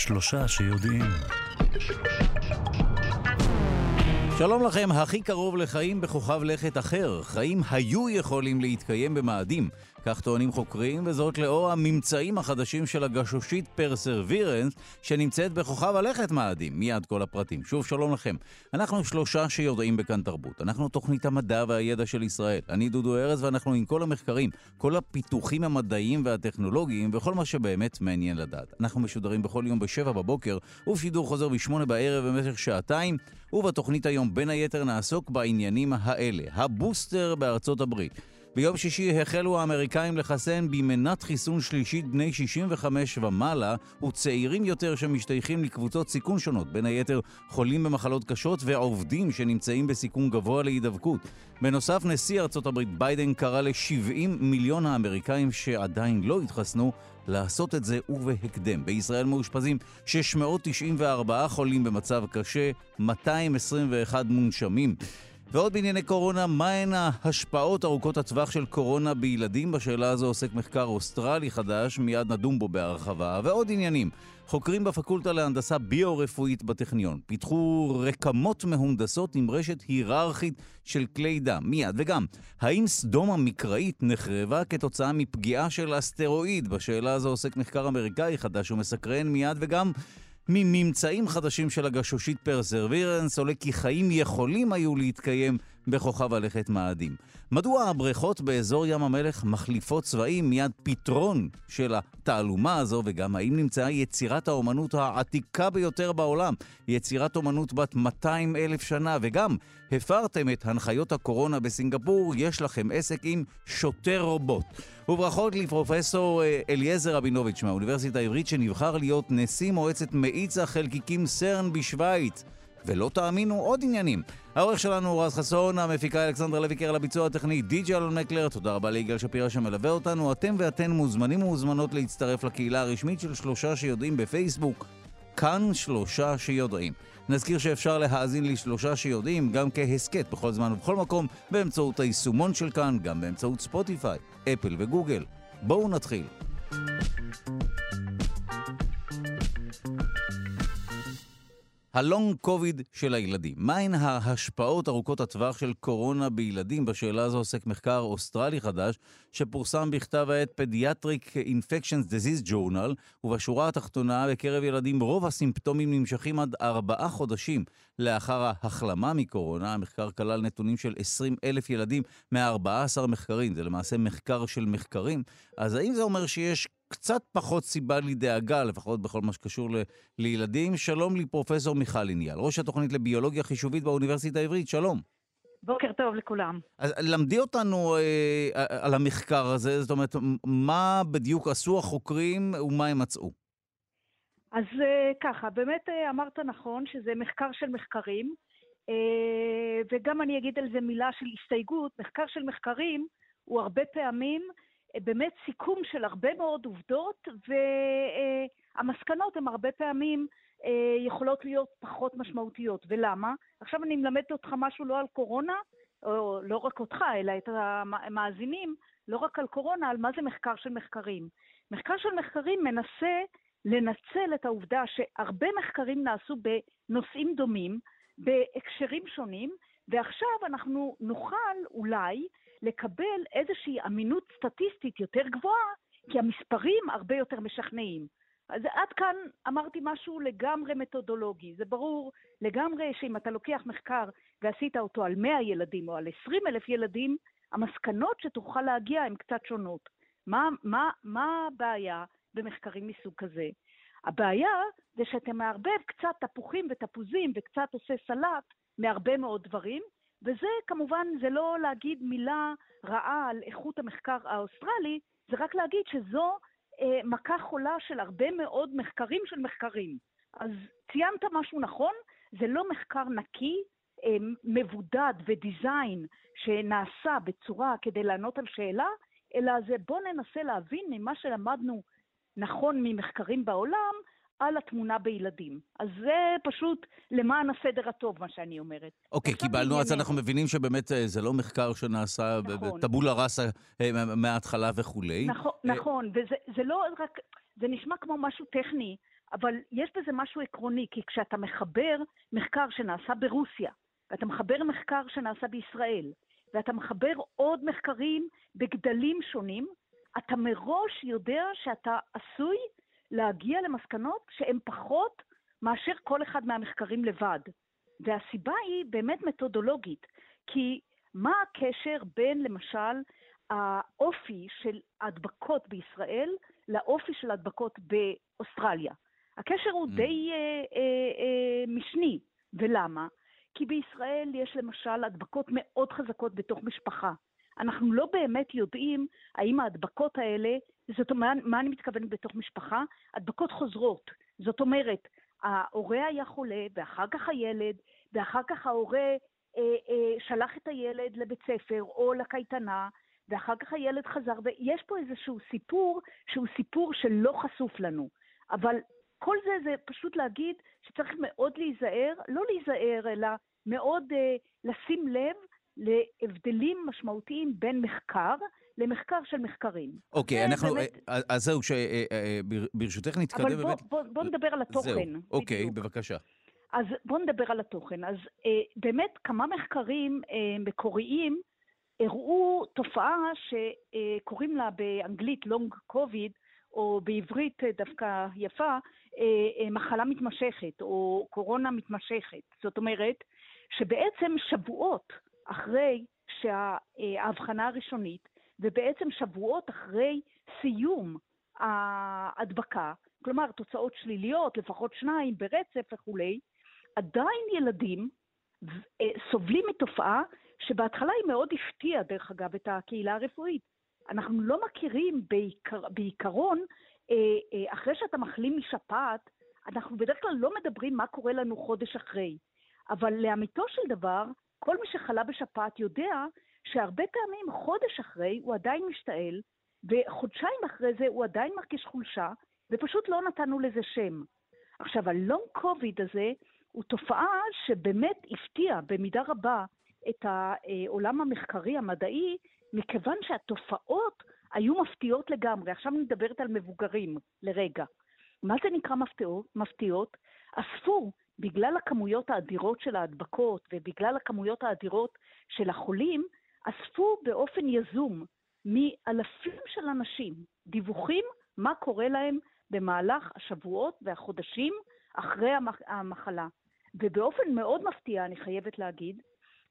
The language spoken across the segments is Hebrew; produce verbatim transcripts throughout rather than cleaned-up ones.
שלושה שיודעים. שלום לכם, הכי קרוב לחיים בכוכב לכת אחר. חיים היו יכולים להתקיים במאדים, כך טוענים חוקרים, וזאת לאור הממצאים החדשים של הגשושית פרסרבירנס שנמצאת בכוכב הלכת מאדים. מיד כל הפרטים. שוב שלום לכם. אנחנו שלושה שיודעים בכאן תרבות. אנחנו תוכנית המדע והידע של ישראל. אני דודו ארז ואנחנו עם כל המחקרים, כל הפיתוחים המדעיים והטכנולוגיים וכל מה שבאמת מעניין לדעת. אנחנו משודרים בכל יום בשבע בבוקר ובשידור חוזר בשמונה בערב במשך שעתיים, ובתוכנית היום בין היתר נעסוק בעניינים האלה. הבוסטר בארצות הברית. ביום שישי החלו האמריקאים לחסן במנת חיסון שלישית בני שישים וחמש ומעלה וצעירים יותר שמשתייכים לקבוצות סיכון שונות, בין היתר חולים במחלות קשות ועובדים שנמצאים בסיכון גבוה להידבקות. בנוסף, נשיא ארצות הברית ביידן קרא ל-שבעים מיליון האמריקאים שעדיין לא התחסנו לעשות את זה ובהקדם. בישראל מאושפזים שש מאות תשעים וארבעה חולים במצב קשה, מאתיים עשרים ואחד מונשמים. ועוד בענייני קורונה, מהן ההשפעות ארוכות הטווח של קורונה בילדים? בשאלה הזו עוסק מחקר אוסטרלי חדש, מיד נדון בו בהרחבה. ועוד עניינים, חוקרים בפקולטה להנדסה ביו-רפואית בטכניון פיתחו רקמות מהונדסות עם רשת היררכית של כלי דם. מיד, וגם, האם סדום המקראית נחרבה כתוצאה מפגיעה של אסטרואיד? בשאלה הזו עוסק מחקר אמריקאי חדש ומסקרן. מיד, וגם מממצאים חדשים של הגשושית פרסרבירנס עולה כי חיים יכולים היו להתקיים בכוכב הלכת מאדים. מדוע הבריכות באזור ים המלח מחליפות צבעים? מיד פתרון של התעלומה הזו, וגם האם נמצאה יצירת האומנות העתיקה ביותר בעולם, יצירת אומנות בת מאתיים אלף שנה, וגם הפרתם את הנחיות הקורונה בסינגפור, יש לכם עסק עם שוטר רובוט. וברכות לפרופסור אליעזר רבינוביץ' מהאוניברסיטה העברית שנבחר להיות נשיא מועצת מאיץ החלקיקים סרן בשוויץ. ולא תאמינו, עוד עניינים. העורך שלנו הוא רז חסון, המפיקה אלכסנדרה לויקר, לביצוע הטכני די.ג'יי אלון מקלר. תודה רבה ליגאל שפירא שמלווה אותנו. אתם ואתן מוזמנים ומוזמנות להצטרף לקהילה הרשמית של שלושה שיודעים בפייסבוק, כאן שלושה שיודעים. נזכיר שאפשר להאזין לשלושה שיודעים גם כהסקט בכל זמן ובכל מקום באמצעות היישומון של כאן, גם באמצעות ספוטיפיי, אפל וגוגל. בואו נתחיל. הלונג קוביד של הילדים. מהן ההשפעות ארוכות הטווח של קורונה בילדים? בשאלה הזו עוסק מחקר אוסטרלי חדש שפורסם בכתב העת Pediatric Infections Disease Journal, ובשורה התחתונה בקרב ילדים רוב הסימפטומים נמשכים עד ארבעה חודשים לאחר ההחלמה מקורונה. המחקר כלל נתונים של עשרים אלף ילדים מ-ארבעה עשר מחקרים. זה למעשה מחקר של מחקרים. אז האם זה אומר שיש קצת פחות סיבה לדאגה, לפחות בכל מה שקשור ל- לילדים? שלום לי פרופסור מיכל עניאל, ראש התוכנית לביולוגיה חישובית באוניברסיטה העברית. שלום. בוקר טוב לכולם. אז למדי אותנו אה, על המחקר הזה, זאת אומרת, מה בדיוק עשו החוקרים ומה הם מצאו? אז אה, ככה, באמת אה, אמרת נכון שזה מחקר של מחקרים, אה, וגם אני אגיד על זה מילה של הסתייגות. מחקר של מחקרים הוא הרבה פעמים באמת סיכום של הרבה מאוד עובדות, והמסקנות הן הרבה פעמים יכולות להיות פחות משמעותיות. ולמה? עכשיו אני מלמדת אותך משהו לא על קורונה, או לא רק אותך, אלא את המאזינים, לא רק על קורונה, על מה זה מחקר של מחקרים. מחקר של מחקרים מנסה לנצל את העובדה שהרבה מחקרים נעשו בנושאים דומים, בהקשרים שונים, ועכשיו אנחנו נוכל אולי לקבל איזושהי אמינות סטטיסטית יותר גבוהה, כי המספרים הרבה יותר משכנעים. אז עד כאן אמרתי משהו לגמרי מתודולוגי. זה ברור לגמרי שאם אתה לוקח מחקר ועשית אותו על מאה ילדים או על עשרים אלף ילדים, המסקנות שתוכל להגיע הן קצת שונות. מה, מה, מה הבעיה במחקרים מסוג כזה? הבעיה זה שאתה מערבב קצת תפוחים ותפוזים וקצת עושה סלט מהרבה מאוד דברים, וזה כמובן, זה לא להגיד מילה רעה על איכות המחקר האוסטרלי, זה רק להגיד שזו אה, מכה חולה של הרבה מאוד מחקרים של מחקרים. אז ציינת משהו נכון, זה לא מחקר נקי, אה, מבודד ודיזיין שנעשה בצורה כדי לענות על שאלה, אלא זה בוא ננסה להבין ממה שלמדנו נכון ממחקרים בעולם, על התמונה בילדים. אז זה פשוט למען הסדר הטוב, מה שאני אומרת. אוקיי, קיבלנו, אז אנחנו מבינים שבאמת זה לא מחקר שנעשה בטבולה ראסה מההתחלה וכולי. נכון, נכון, וזה לא רק, זה נשמע כמו משהו טכני, אבל יש בזה משהו עקרוני, כי כשאתה מחבר מחקר שנעשה ברוסיה, ואתה מחבר מחקר שנעשה בישראל, ואתה מחבר עוד מחקרים בגדלים שונים, אתה מראש יודע שאתה עשוי להגיע למסקנות שהן פחות מאשר כל אחד מהמחקרים לבד. והסיבה היא באמת מתודולוגית, כי מה הקשר בין למשל האופי של הדבקות בישראל לאופי של הדבקות באוסטרליה? הקשר הוא די אה, אה, אה, משני. ולמה? כי בישראל יש למשל הדבקות מאוד חזקות בתוך משפחה. אנחנו לא באמת יודעים האם ההדבקות האלה, זאת אומרת, מה אני מתכוונת בתוך משפחה? הדבקות חוזרות. זאת אומרת, ההורה היה חולה, ואחר כך הילד, ואחר כך ההורה אה, אה, שלח את הילד לבית ספר או לקייטנה, ואחר כך הילד חזר, ויש פה איזשהו סיפור שהוא סיפור שלא חשוף לנו. אבל כל זה זה פשוט להגיד שצריך מאוד להיזהר, לא להיזהר, אלא מאוד אה, לשים לב להבדלים משמעותיים בין מחקר למחקר של מחקרים. אוקיי, אנחנו, אז זהו, ברשותך נתקדם. אבל בוא, בוא, בוא נדבר על התוכן. זהו, אוקיי, בבקשה. אז בוא נדבר על התוכן. אז אה, באמת כמה מחקרים אה, מקוריים הראו תופעה שקוראים לה באנגלית לונג קוביד, או בעברית דווקא יפה, מחלה מתמשכת, או קורונה מתמשכת. זאת אומרת, שבעצם שבועות אחרי שההבחנה הראשונית, ובעצם שבועות אחרי סיום ההדבקה, כלומר תוצאות שליליות, לפחות שניים ברצף וכולי, עדיין ילדים סובלים מתופעה שבהתחלה היא מאוד הפתיעה, דרך אגב, את הקהילה הרפואית. אנחנו לא מכירים בעיקר, בעיקרון, אחרי שאתה מחלים משפעת, אנחנו בדרך כלל לא מדברים מה קורה לנו חודש אחרי. אבל לאמיתו של דבר, כל מי שחלה בשפעת יודע שהרבה פעמים חודש אחרי הוא עדיין משתעל, וחודשיים אחרי זה הוא עדיין מרגיש חולשה, ופשוט לא נתנו לזה שם. עכשיו, הלונג קוביד הזה הוא תופעה שבאמת הפתיעה במידה רבה את העולם המחקרי המדעי, מכיוון שהתופעות היו מפתיעות לגמרי. עכשיו אני מדברת על מבוגרים לרגע. מה זה נקרא מפתיעות? מפתיעות? אספו, בגלל הכמויות האדירות של ההדבקות ובגלל הכמויות האדירות של החולים, אספו באופן יזום מאלפים של אנשים דיווחים מה קורה להם במהלך השבועות והחודשים אחרי המחלה. ובאופן מאוד מפתיע, אני חייבת להגיד,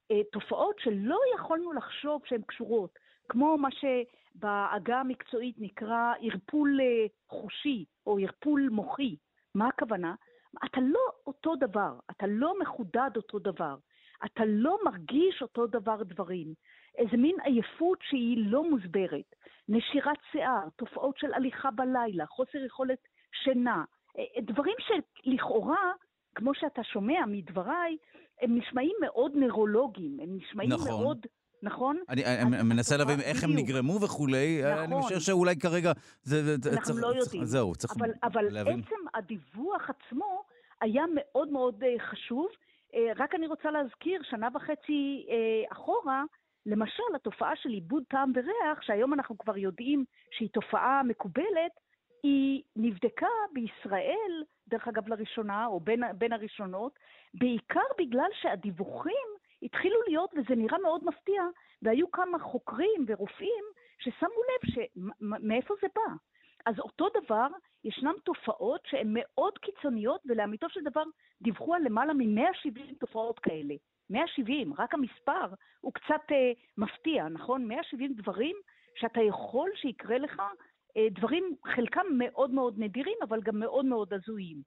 תופעות שלא יכולנו לחשוב שהן קשורות, כמו מה שבעגה המקצועית נקרא ערפול חושי או ערפול מוחי. מה הכוונה? אתה לא אותו דבר, אתה לא מחודד אותו דבר, אתה לא מרגיש אותו דבר דברים. איזה מין עייפות שהיא לא מוסברת, נשירת שיער, תופעות של הליכה בלילה, חוסר יכולת שינה, דברים שלכאורה, כמו שאתה שומע מדבריי, הם נשמעים מאוד נוירולוגיים, הם נשמעים נכון. מאוד, נכון? אני, אני מנסה להבין איך הם נגרמו וכולי, נכון. אני חושב שאולי כרגע, זה, אנחנו צריך, לא יודעים, זהו, צריך אבל, אבל להבין. עצם הדיווח עצמו היה מאוד מאוד חשוב, רק אני רוצה להזכיר, שנה וחצי אחורה, למשל, התופעה של איבוד טעם וריח, שהיום אנחנו כבר יודעים שהיא תופעה מקובלת, היא נבדקה בישראל, דרך אגב לראשונה, או בין, בין הראשונות, בעיקר בגלל שהדיווחים התחילו להיות, וזה נראה מאוד מפתיע, והיו כמה חוקרים ורופאים ששמו לב שמאיפה זה בא. אז אותו דבר, ישנם תופעות שהן מאוד קיצוניות, ולאמיתו של דבר דיווחו על למעלה מ-מאה שבעים תופעות כאלה. מאה שבעים, רק המספר הוא קצת אה, מפתיע, נכון? מאה שבעים דברים שאתה יכול שיקרה לך, אה, דברים חלקם מאוד מאוד נדירים, אבל גם מאוד מאוד הזויים.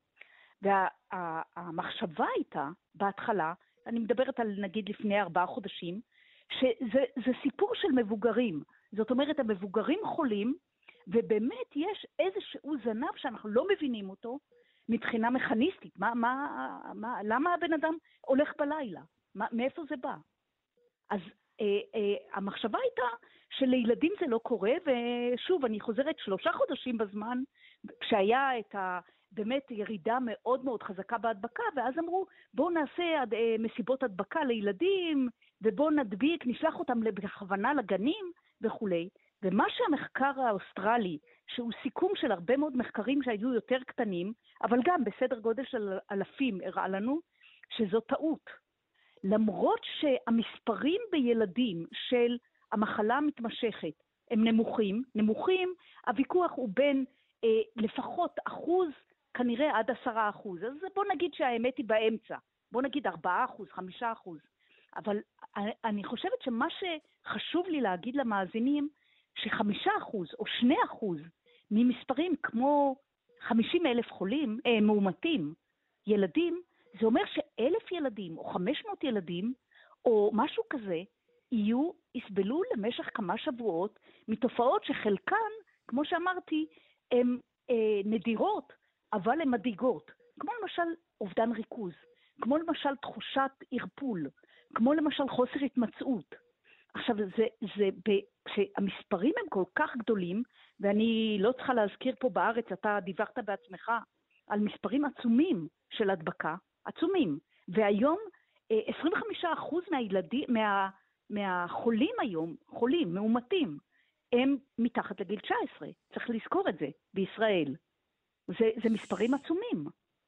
והמחשבה הייתה, בהתחלה, אני מדברת על נגיד לפני ארבעה חודשים, שזה זה סיפור של מבוגרים. זאת אומרת, המבוגרים חולים, ובאמת יש איזשהו זנב שאנחנו לא מבינים אותו, מבחינה מכניסטית. מה, מה, מה, למה הבן אדם הולך בלילה? מה, מאיפה זה בא? אז אה, אה, המחשבה הייתה שלילדים זה לא קורה, ושוב, אני חוזרת שלושה חודשים בזמן, כשהיה את ה... באמת ירידה מאוד מאוד חזקה בהדבקה, ואז אמרו, בואו נעשה אה, מסיבות הדבקה לילדים, ובואו נדביק, נשלח אותם בכוונה לגנים וכולי. ומה שהמחקר האוסטרלי, שהוא סיכום של הרבה מאוד מחקרים שהיו יותר קטנים, אבל גם בסדר גודל של אלפים, הראה לנו שזו טעות. למרות שהמספרים בילדים של המחלה המתמשכת הם נמוכים, נמוכים, הוויכוח הוא בין אה, לפחות אחוז, כנראה עד עשרה אחוז. אז בוא נגיד שהאמת היא באמצע. בוא נגיד ארבעה אחוז, חמישה אחוז. אבל אני חושבת שמה שחשוב לי להגיד למאזינים, שחמישה אחוז או שני אחוז ממספרים כמו חמישים אלף חולים, אה, מאומתים, ילדים, זה אומר שאלף ילדים או חמש מאות ילדים או משהו כזה, יהיו, יסבלו למשך כמה שבועות מתופעות שחלקן, כמו שאמרתי, הן אה, נדירות, אבל הן מדאיגות. כמו למשל אובדן ריכוז, כמו למשל תחושת ערפול, כמו למשל חוסר התמצאות. עכשיו, זה, זה, כשהמספרים הם כל כך גדולים, ואני לא צריכה להזכיר פה בארץ, אתה דיווחת בעצמך על מספרים עצומים של הדבקה, עצומים. והיום עשרים וחמישה אחוז מהילדים, מה, מהחולים היום, חולים, מאומתים, הם מתחת לגיל תשע עשרה. צריך לזכור את זה בישראל. זה, זה מספרים עצומים.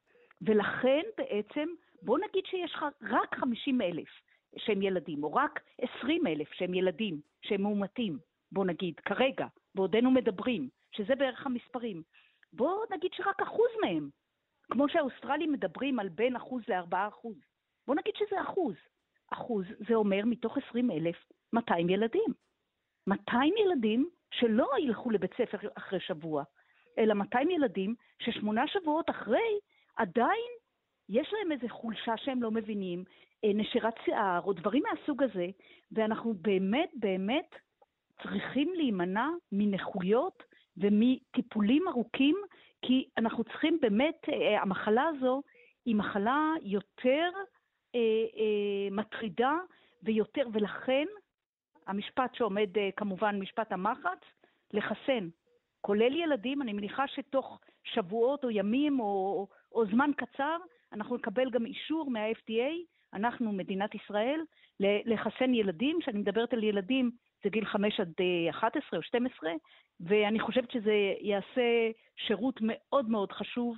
ולכן בעצם, בוא נגיד שיש רק חמישים אלף שהם ילדים, או רק עשרים אלף שהם ילדים, שהם מאומתים, בוא נגיד, כרגע, בעודנו מדברים, שזה בערך המספרים. בוא נגיד שרק אחוז מהם, כמו שהאוסטרלים מדברים על בין אחוז לארבעה אחוז. בוא נגיד שזה אחוז. אחוז זה אומר מתוך עשרים אלף, מאתיים ילדים. מאתיים ילדים שלא ילכו לבית ספר אחרי שבוע, אלא מאתיים ילדים ששמונה שבועות אחרי, עדיין יש להם איזו חולשה שהם לא מבינים, נשירת שיער או דברים מהסוג הזה, ואנחנו באמת באמת צריכים להימנע מנכויות ומטיפולים ארוכים, כי אנחנו צריכים באמת, המחלה הזו היא מחלה יותר אה, אה, מטרידה ויותר, ולכן המשפט שעומד אה, כמובן משפט המחץ, לחסן, כולל ילדים. אני מניחה שתוך שבועות או ימים או, או זמן קצר, אנחנו נקבל גם אישור מה-אף די איי, אנחנו, מדינת ישראל, לחסן ילדים. שאני מדברת על ילדים, זה גיל חמש עד אחת עשרה או שתים עשרה, ואני חושבת שזה יעשה שירות מאוד מאוד חשוב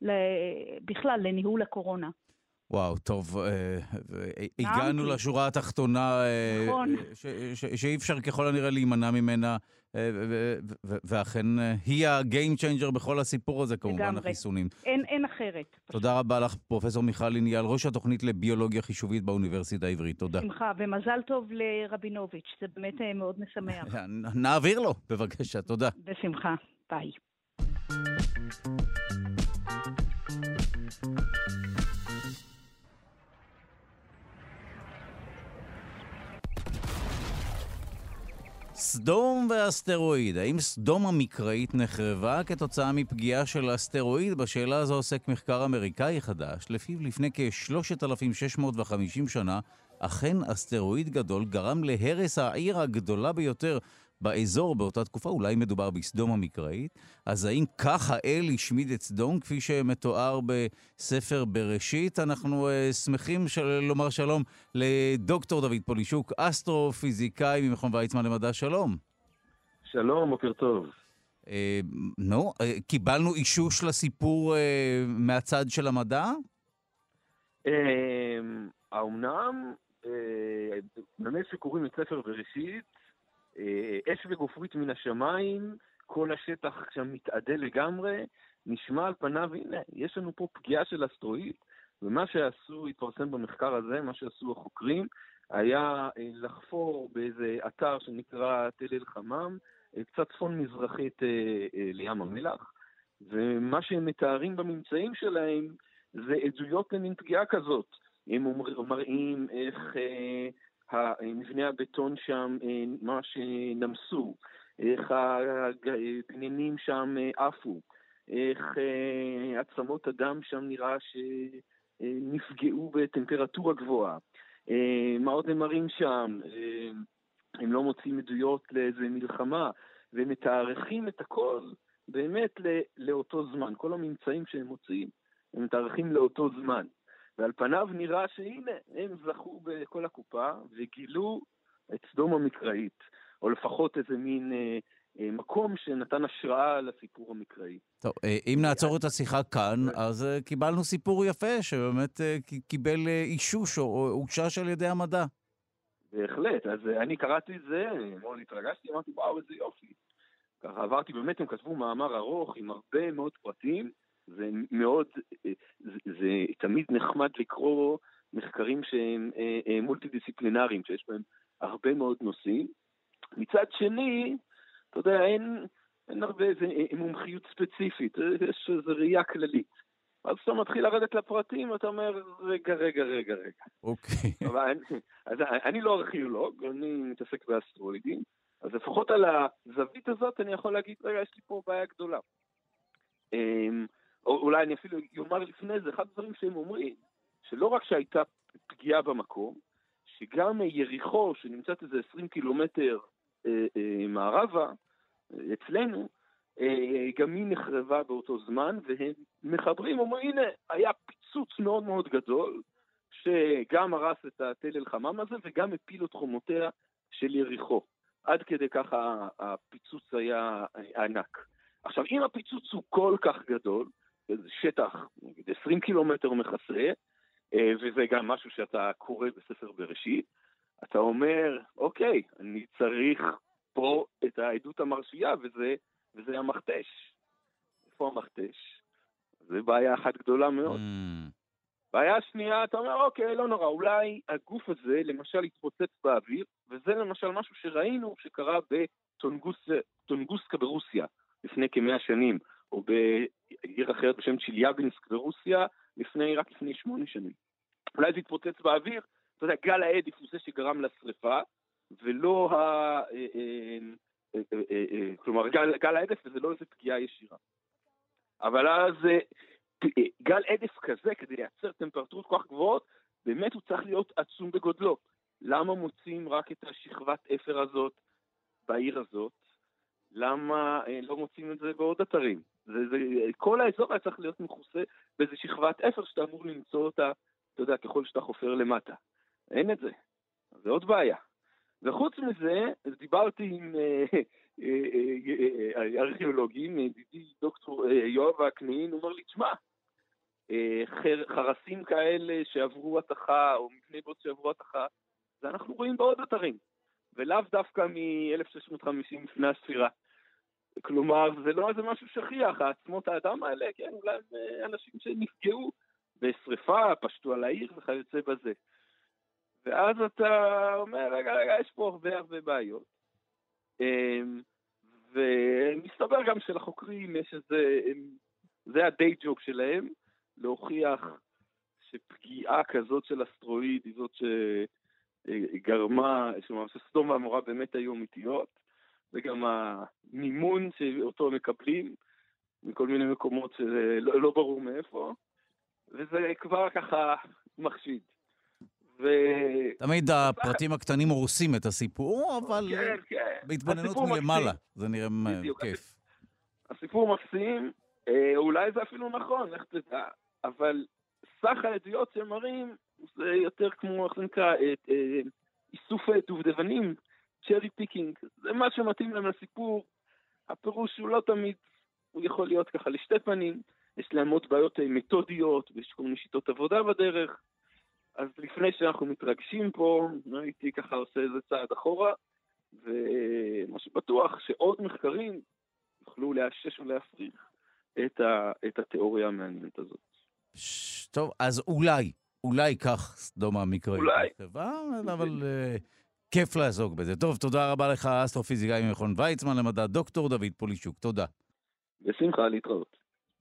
בכלל לניהול הקורונה. וואו, טוב, הגענו לשורה התחתונה, נכון. שאי אפשר ככל הנראה להימנע ממנה, ואכן היא ה-game changer בכל הסיפור הזה, כמובן החיסונים. אין, אין אחרת. תודה רבה לך, פרופסור מיכל ליניאל, ראש התוכנית לביולוגיה חישובית באוניברסיטה העברית. תודה. שמחה, ומזל טוב לרבינוביץ', זה באמת מאוד משמח. נעביר לו, בבקשה, תודה. בשמחה, ביי. סדום ואסטרואיד. האם סדום המקראית נחרבה כתוצאה מפגיעה של אסטרואיד? בשאלה הזו עוסק מחקר אמריקאי חדש, לפיו לפני כ-שלושת אלפים שש מאות וחמישים שנה, אכן אסטרואיד גדול גרם להרס העיר הגדולה ביותר באזור באותה תקופה. אולי מדובר בסדום המקראית. אז האם כך האל השמיד את סדום כפי שמתואר בספר בראשית? אנחנו uh, שמחים של... לומר שלום לדוקטור דוד פולישוק, אסטרופיזיקאי ממכון ויצמן למדע. שלום. שלום, בוקר טוב. Uh, נו, uh, קיבלנו אישוש לסיפור uh, מהצד של המדע? Uh, האומנם, uh, באמת שקוראים את ספר בראשית, אש וגופרית מן השמיים, כל השטח שם מתעדה לגמרי, נשמע על פניו, הנה, יש לנו פה פגיעה של אסטרואיד, ומה שעשו, התפרסם במחקר הזה, מה שעשו החוקרים, היה לחפור באיזה אתר שנקרא תל אל חמם, קצת צפון מזרחית לים המלח, ומה שהם מתארים בממצאים שלהם, זה עדויות למין פגיעה כזאת. הם מראים איך מבנה הבטון שם ממש נמסו, איך הגננים שם עפו, איך עצמות הדם שם נראה שנפגעו בטמפרטורה גבוהה. מה עוד הם מראים שם? הם לא מוצאים עדויות לאיזה מלחמה, והם מתארכים את הכל באמת לאותו זמן. כל הממצאים שהם מוצאים, הם מתארכים לאותו זמן. ועל פניו נראה שהנה, הם זכו בכל הקופה וגילו את סדום המקראית. או לפחות איזה מין אה, אה, מקום שנתן השראה לסיפור המקראי. טוב, אם נעצור את השיחה כאן, אז קיבלנו סיפור יפה, שבאמת קיבל אישוש או הוגשש על ידי המדע. בהחלט, אז אני קראתי את זה, מאוד התרגשתי, אמרתי, וואו, איזה יופי. ככה עברתי, באמת הם כתבו מאמר ארוך עם הרבה מאוד פרטים, זה מאוד, זה, זה תמיד נחמד לקרוא מחקרים שהם מולטי-דיסציפלינריים, שיש בהם הרבה מאוד נושאים. מצד שני, אתה יודע, אין, אין הרבה איזה מומחיות ספציפית, יש איזו ראייה כללית. אז אתה מתחיל לרדת לפרטים, ואתה אומר, רגע, רגע, רגע, רגע. אוקיי. אני, אז אני לא ארכיאולוג, אני מתעסק באסטרואידים, אז לפחות על הזווית הזאת אני יכול להגיד, רגע, יש לי פה בעיה גדולה. או אולי אני אפילו יאמר לפני זה, אחד הדברים שהם אומרים, שלא רק שהייתה פגיעה במקום, שגם יריחו, שנמצאת איזה עשרים קילומטר אה, אה, מערבה, אצלנו, אה, גם היא נחרבה באותו זמן, והם מחברים, אומרים, הנה, היה פיצוץ מאוד מאוד גדול, שגם הרס את התל אל חמם הזה, וגם הפיל את חומותיה של יריחו. עד כדי ככה הפיצוץ היה ענק. עכשיו, אם הפיצוץ הוא כל כך גדול, זה שטח, נגיד עשרים קילומטר מכסה, וזה גם משהו שאתה קורא בספר בראשית, אתה אומר, אוקיי, אני צריך פה את העדות המרשייה, וזה, וזה המכתש. איפה המכתש? זה בעיה אחת גדולה מאוד. Mm. בעיה שנייה, אתה אומר, אוקיי, לא נורא, אולי הגוף הזה למשל יתפוצץ באוויר, וזה למשל משהו שראינו שקרה בטונגוסקה ברוסיה, לפני כמאה שנים, או בעיר אחרת בשם צ'יליאבינסק ברוסיה, לפני, רק לפני שמונה שנים. אולי זה יתפוצץ באוויר, אתה יודע, גל העדף הוא זה שגרם לשריפה, ולא ה... כלומר, גל, גל העדף וזה לא איזה פגיעה ישירה. אבל אז גל עדף כזה, כדי לייצר טמפרטורות כל כך גבוהות, באמת הוא צריך להיות עצום בגודלו. למה מוצאים רק את השכבת אפר הזאת בעיר הזאת? למה לא מוצאים את זה בעוד אתרים? זה, זה, כל האזור היה צריך להיות מכוסה באיזו שכבת אפר שאתה אמור למצוא אותה, אתה יודע, ככל שאתה חופר למטה. אין את זה. זה עוד בעיה. וחוץ מזה, דיברתי עם ארכיאולוגים, ידידי דוקטור יואב הקנין, הוא אומר לי, תשמע, חרסים כאלה שעברו התחה, או מבני בוץ שעברו התחה, זה אנחנו רואים בעוד אתרים, ולאו דווקא מ-אלף שש מאות וחמישים לפני הספירה. כלומר, זה לא איזה משהו שכיח, העצמות האדם האלה, כן, אולי אנשים שנפגעו בשריפה, פשטו על העיר וכיוצא בזה. ואז אתה אומר, רגע, רגע, יש פה הרבה הרבה בעיות. ומסתבר גם שלחוקרים יש איזה, זה הדיי ג'וב שלהם, להוכיח שפגיעה כזאת של אסטרואיד היא זאת שגרמה, שסדום ועמורה באמת היו אמיתיות, וגם המימון שאותו מקבלים מכל מיני מקומות שלא לא ברור מאיפה, וזה כבר ככה מחשיד. ו... תמיד הפרטים הקטנים הורסים את הסיפור, אבל כן, כן. בהתבוננות מלמעלה, זה נראה בדיוק. כיף. הסיפור מקסים, אולי זה אפילו נכון, איך תדע, אבל סך העדויות שמראים, זה יותר כמו, איך זה נקרא, איסוף דובדבנים, צ'רי פיקינג, זה מה שמתאים להם לסיפור. הפירוש הוא לא תמיד, הוא יכול להיות ככה לשתי פנים, יש להם עוד בעיות מתודיות, ויש כל מיני שיטות עבודה בדרך, אז לפני שאנחנו מתרגשים פה, הייתי ככה עושה איזה צעד אחורה, ומה שבטוח שעוד מחקרים יוכלו לאשש ולהפריך את, ה, את התיאוריה המעניינת הזאת. ש... טוב, אז אולי, אולי כך סדום המקראית. אולי. אבל uh, כיף לעסוק בזה. טוב, תודה רבה לך, אסטרופיזיקאי ממכון ויצמן למדע, דוקטור דוד פולישוק. תודה. בשמחה, להתראות.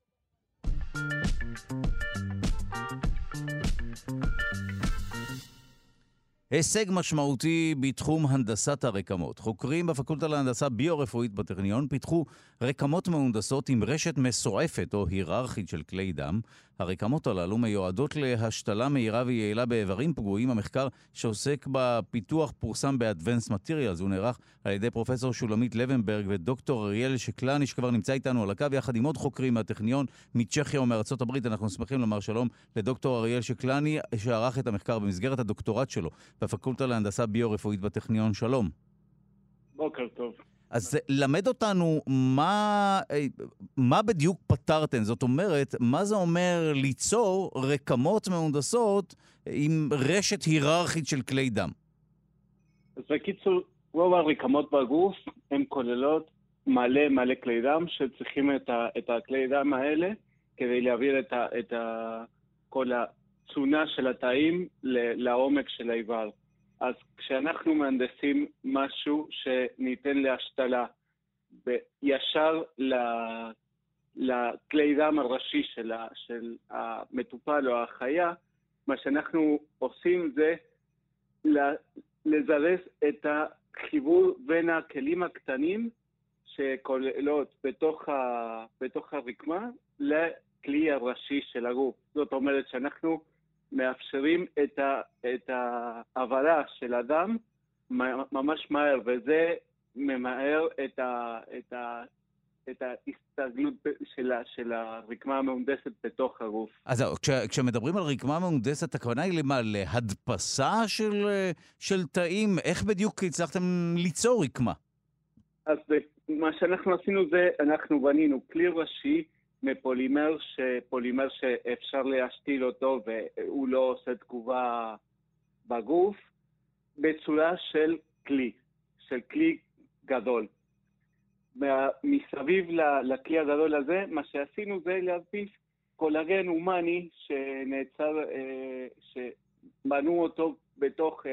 הישג משמעותי בתחום הנדסת הרקמות. חוקרים בפקולטה להנדסה ביו-רפואית בטכניון פיתחו רקמות מהונדסות עם רשת מסועפת או היררכית של כלי דם. הרקמות הללו מיועדות להשתלה מהירה ויעילה באיברים פגועים. המחקר שעוסק בפיתוח פורסם ב-Advanced Materials. הוא נערך על ידי פרופסור שולמית לבנברג ודוקטור אריאל שקלני, שכבר נמצא איתנו על הקו, יחד עם עוד חוקרים מהטכניון מצ'כיה ומארצות הברית. אנחנו שמחים לומר שלום לדוקטור אריאל שקלני, שערך את המחקר במסגרת הדוקטורט שלו בפקולטה להנדסה ביו-רפואית בטכניון. שלום. בוקר בוקר טוב. אז למד אותנו מה, מה בדיוק פתרתם. זאת אומרת, מה זה אומר ליצור רקמות מהונדסות עם רשת היררכית של כלי דם? אז בקיצור, רוב הרקמות בגוף הן כוללות מלא מלא כלי דם שצריכים את, ה, את הכלי דם האלה כדי להעביר את, ה, את ה, כל הצונה של התאים לעומק של האיבר. אז כשאנחנו מהנדסים משהו שניתן להשתלה ישר לכלי דם הראשי של, ה, של המטופל או החיה, מה שאנחנו עושים זה לזרז את החיבור בין הכלים הקטנים שכוללות בתוך, ה, בתוך הרקמה לכלי הראשי של הגוף. זאת אומרת שאנחנו מאפשרים את, ה, את העברה של הדם ממש מהר, וזה ממהר את, ה, את, ה, את ההסתגלות של, של הרקמה המהונדסת בתוך הגוף. אז כש, כשמדברים על רקמה מהונדסת, הכוונה היא למה? להדפסה של, של תאים? איך בדיוק הצלחתם ליצור רקמה? אז מה שאנחנו עשינו זה, אנחנו בנינו כלי ראשי מפולימר, שפולימר שאפשר להשתיל אותו והוא לא עושה תגובה בגוף, בצורה של כלי, של כלי גדול. מסביב לכלי הגדול הזה, מה שעשינו זה להדפיס קולגן הומני שנעצר, שבנו אותו בתוך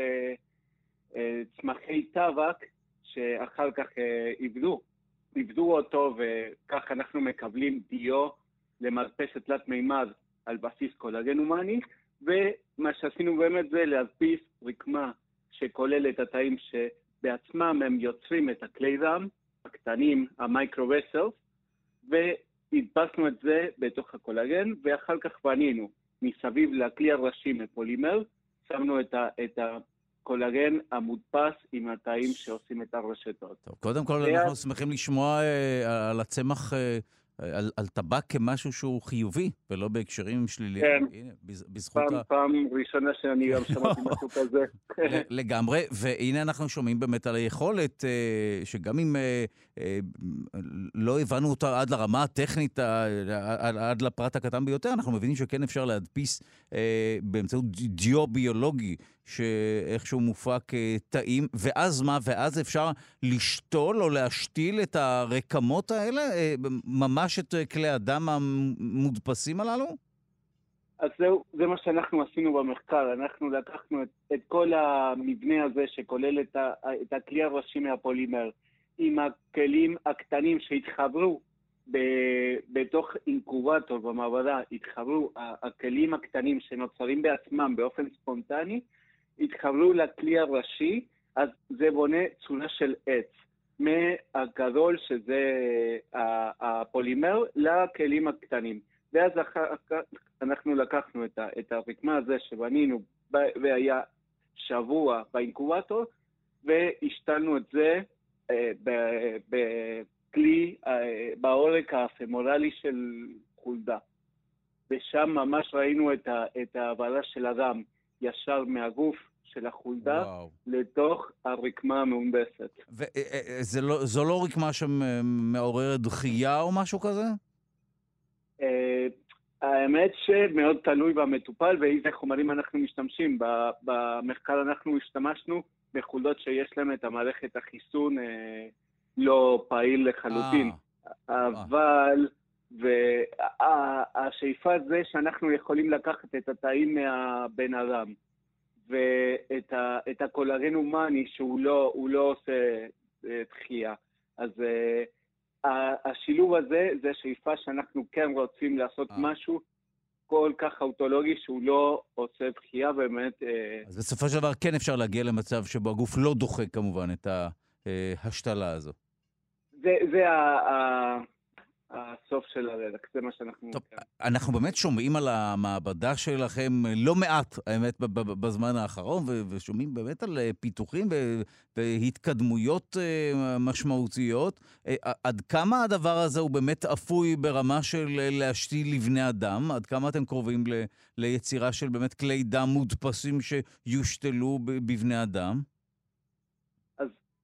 צמחי טבק, שאחר כך עבדו. עבדו אותו, וכך אנחנו מקבלים דיו למדפסת תלת מימד על בסיס קולגן הומני, ומה שעשינו באמת זה להדפיס רקמה שכולל את התאים שבעצמם הם יוצרים את הכלי דם הקטנים, המייקרו-וסלס, והדפסנו את זה בתוך הקולגן, ואחר כך בנינו מסביב לכלי הראשי מפולימר, שמנו את ה... את ה קולגן המודפס עם התאים שעושים את הרשתות. טוב, קודם כל אנחנו שמחים לשמוע אה, על הצמח, אה, על, על טבק כמשהו שהוא חיובי, ולא בהקשרים שליליים. כן, הנה, בזכות פעם, ה... פעם ראשונה שאני גם שמעתי משהו כזה. לגמרי, והנה אנחנו שומעים באמת על היכולת, אה, שגם אם אה, אה, לא הבנו אותה עד לרמה הטכנית, עד, עד לפרט הקטן ביותר, אנחנו מבינים שכן אפשר להדפיס אה, באמצעות דיו ביולוגי, שאיכשהו מופק תאים, ואז מה? ואז אפשר לשתול או להשתיל את הרקמות האלה? ממש את כלי הדם המודפסים הללו? אז זהו, זה מה שאנחנו עשינו במחקר. אנחנו לקחנו את, את כל המבנה הזה שכולל את, ה, את הכלי הראשי מהפולימר, עם הכלים הקטנים שהתחברו ב, בתוך אינקובטור במעבדה, התחברו הכלים הקטנים שנוצרים בעצמם באופן ספונטני, התחברו לכלי הראשי, אז זה בונה צורה של עץ, מהגדול שזה הפולימר לכלים הקטנים. ואז אחר כך אנחנו לקחנו את, את הרקמה הזה שבנינו והיה שבוע באינקובטור, והשתלנו את זה בכלי, בעורק הפמורלי של חולדה. ושם ממש ראינו את, את העברה של הדם ישר מהגוף של החולדה וואו. לתוך הרקמה המהונדסת. וזו לא רקמה שמעוררת דחייה או משהו כזה? האמת שמאוד תלוי במטופל ואיזה חומרים אנחנו משתמשים. במחקר אנחנו השתמשנו בחולדות שיש להם את המערכת החיסון לא פעיל לחלוטין. אבל והשאיפה זה שאנחנו יכולים לקחת את התאים מהבן אדם. ואת ה, את הקולגן הומני שהוא לא, הוא לא עושה דחייה. אז uh, השילוב הזה זה שאיפה שאנחנו כן רוצים לעשות משהו כל כך אוטולוגי שהוא לא עושה דחייה באמת. אז בסופו של דבר כן אפשר להגיע למצב שבו הגוף לא דוחה כמובן את ההשתלה הזו. זה, זה ה... ה הסוף של הרדק, זה מה שאנחנו... טוב, אנחנו באמת שומעים על המעבדה שלכם לא מעט, האמת, בזמן האחרון, ושומעים באמת על פיתוחים והתקדמויות משמעותיות. עד כמה הדבר הזה הוא באמת אפוי ברמה של להשתיל לבני אדם? עד כמה אתם קרובים ליצירה של באמת כלי דם מודפסים שיושתלו בבני אדם? אז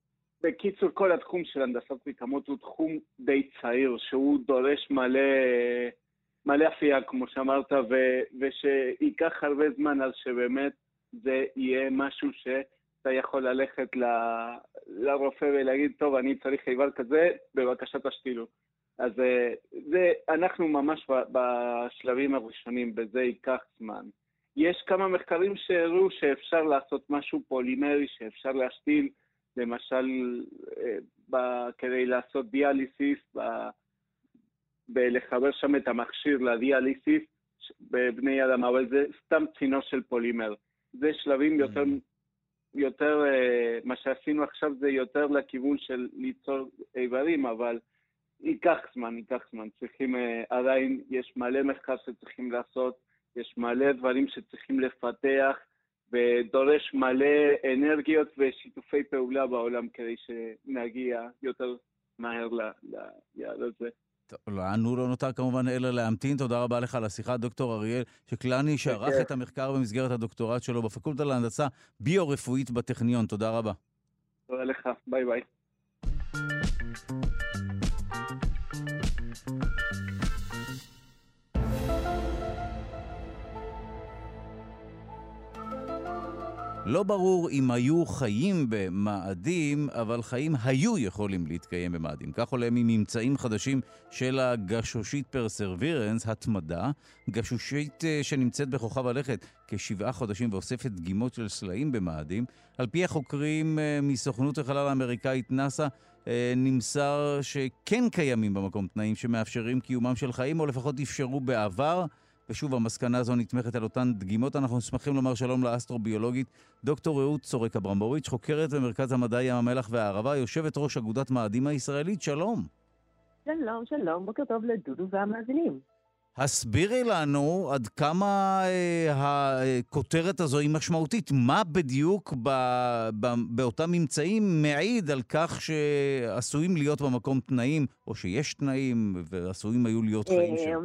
בקיצור, כל התחום של הנדסת רקמות הוא תחום די צעיר, שהוא דורש מלא, מלא אפייה, כמו שאמרת, ו, ושיקח הרבה זמן על שבאמת זה יהיה משהו שאתה יכול ללכת ל, לרופא ולהגיד, טוב, אני צריך איבר כזה, בבקשה תשתילו. אז זה, אנחנו ממש בשלבים הראשונים, בזה ייקח זמן. יש כמה מחקרים שהראו שאפשר לעשות משהו פולימרי, שאפשר להשתיל, למשל, ב- כדי לעשות דיאליסיס, ב- בלחבר שם את המכשיר לדיאליסיס בבני אדם, אבל זה סתם צינור של פולימר. זה שלבים יותר, יותר, מה שעשינו עכשיו זה יותר לכיוון של ליצור איברים, אבל ייקח זמן, ייקח זמן. צריכים, עדיין יש מלא מחקר שצריכים לעשות, יש מלא דברים שצריכים לפתח, ודורש מלא אנרגיות ושיתופי פעולה בעולם כדי שנגיע יותר מהר ליעד הזה. טוב, לנו לא נותר כמובן אלא להמתין. תודה רבה לך על השיחה, דוקטור אריאל שקלני, שערך את המחקר במסגרת הדוקטורט שלו בפקולטה להנדסה ביו-רפואית בטכניון. תודה רבה. תודה לך, ביי ביי. לא ברור אם היו חיים במאדים, אבל חיים היו יכולים להתקיים במאדים. כך עולה מממצאים חדשים של הגשושית פרסרבירנס, התמדה, גשושית שנמצאת בכוכב הלכת כשבעה חודשים ואוספת דגימות של סלעים במאדים. על פי החוקרים מסוכנות החלל האמריקאית נאסא, נמסר שכן קיימים במקום תנאים שמאפשרים קיומם של חיים, או לפחות אפשרו בעבר, ושוב, המסקנה הזו נתמכת על אותן דגימות. אנחנו שמחים לומר שלום לאסטרוביולוגית דוקטור רעות צורק אברמוביץ', חוקרת במרכז המדע ים המלח והערבה, יושבת ראש אגודת מאדים הישראלית. שלום. שלום, שלום, בוקר טוב לדודו והמאזינים. הסבירי לנו עד כמה אה, הכותרת הזו היא משמעותית. מה בדיוק ב, ב, באותם ממצאים מעיד על כך שעשויים להיות במקום תנאים, או שיש תנאים ועשויים היו להיות חיים שם?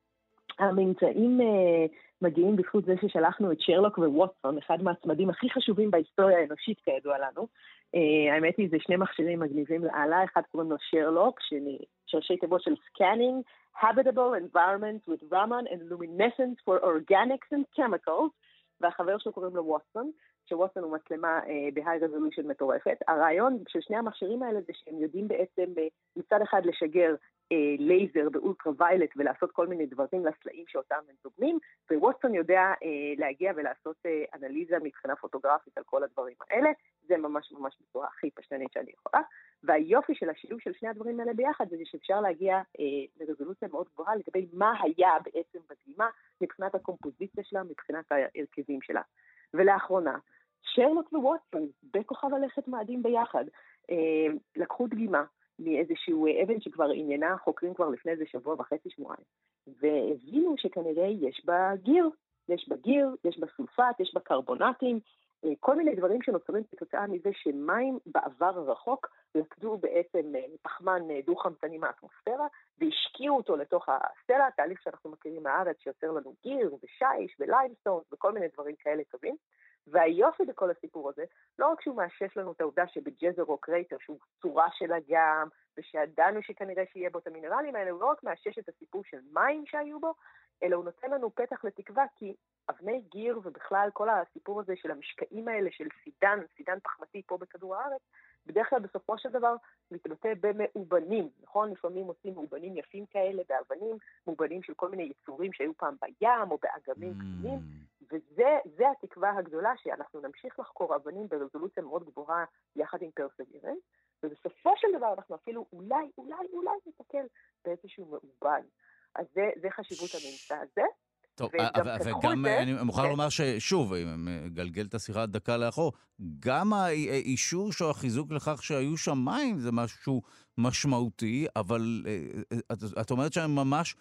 הממצאים uh, מגיעים בזכות זה ששלחנו את שרלוק וווטסון, אחד מהצמדים הכי חשובים בהיסטוריה האנושית כידוע לנו. Uh, האמת היא, זה שני מכשירים מגניבים לעלה, אחד קוראים לו שרלוק, שראשי תיבות של Scanning Habitable Environments with Raman and Luminescence for Organics and Chemicals, והחבר שלו קוראים לו ווטסון, שווטסון הוא מצלמה uh, בהיי רזולושן מטורפת. הרעיון של שני המכשירים האלה זה שהם יודעים בעצם uh, מצד אחד לשגר לייזר באולטרה ויילט ולעשות כל מיני דברים לסלעים שאותם הם דוגמים, וווטסון יודע אה, להגיע ולעשות אה, אנליזה מבחינה פוטוגרפית על כל הדברים האלה. זה ממש ממש בצורה הכי פשטנית שאני יכולה, והיופי של השילוב של שני הדברים האלה ביחד זה שאפשר להגיע אה, לרזולוציה מאוד גבוהה לגבי מה היה בעצם בדגימה מבחינת הקומפוזיציה שלה, מבחינת ההרכבים שלה. ולאחרונה שרלוק וווטסון בכוכב הלכת מאדים ביחד אה, לקחו דגימה מאיזשהו אבן שכבר עניינה חוקרים כבר לפני איזה שבוע וחצי שבועיים, והבינו שכנראה יש בה גיר, יש בה גיר, יש בה סולפט, יש בה קרבונטים, כל מיני דברים שנוצרים כתוצאה מזה שמים בעבר הרחוק לקדו בעצם פחמן דו-חמצני מהאטמוספירה, והשקיעו אותו לתוך הסלע, תהליך שאנחנו מכירים מהארץ שיוצר לנו גיר ושיש וליימסטון וכל מיני דברים כאלה טובים. והיופי בכל הסיפור הזה, לא רק שהוא מאשש לנו את העובדה שבג'זר או קרייטר, שהוא צורה של אגם, ושידענו שכנראה שיהיה בו את המינרלים האלה, הוא לא רק מאשש את הסיפור של מים שהיו בו, אלא הוא נותן לנו פתח לתקווה, כי אבני גיר ובכלל כל הסיפור הזה של המשקעים האלה של סידן, סידן פחמתי פה בכדור הארץ, בדרך כלל בסופו של דבר מתבטא במאובנים, נכון? לפעמים עושים מאובנים יפים כאלה באבנים, מאובנים של כל מיני יצורים שהיו פעם בים או באגמים קטנים, וזה זה התקווה הגדולה שאנחנו נמשיך לחקור אבנים ברזולוציה מאוד גבוהה יחד עם פרסבירנס, ובסופו של דבר אנחנו אפילו אולי, אולי, אולי נתקל באיזשהו מאובן. אז זה, זה חשיבות הממצא הזה. טוב, וגם אני מוכרח לומר ששוב, אם גלגל את השיחה דקה לאחור, גם האישור או החיזוק לכך שהיו שם מים זה משהו משמעותי, אבל את אומרת שהם ממש,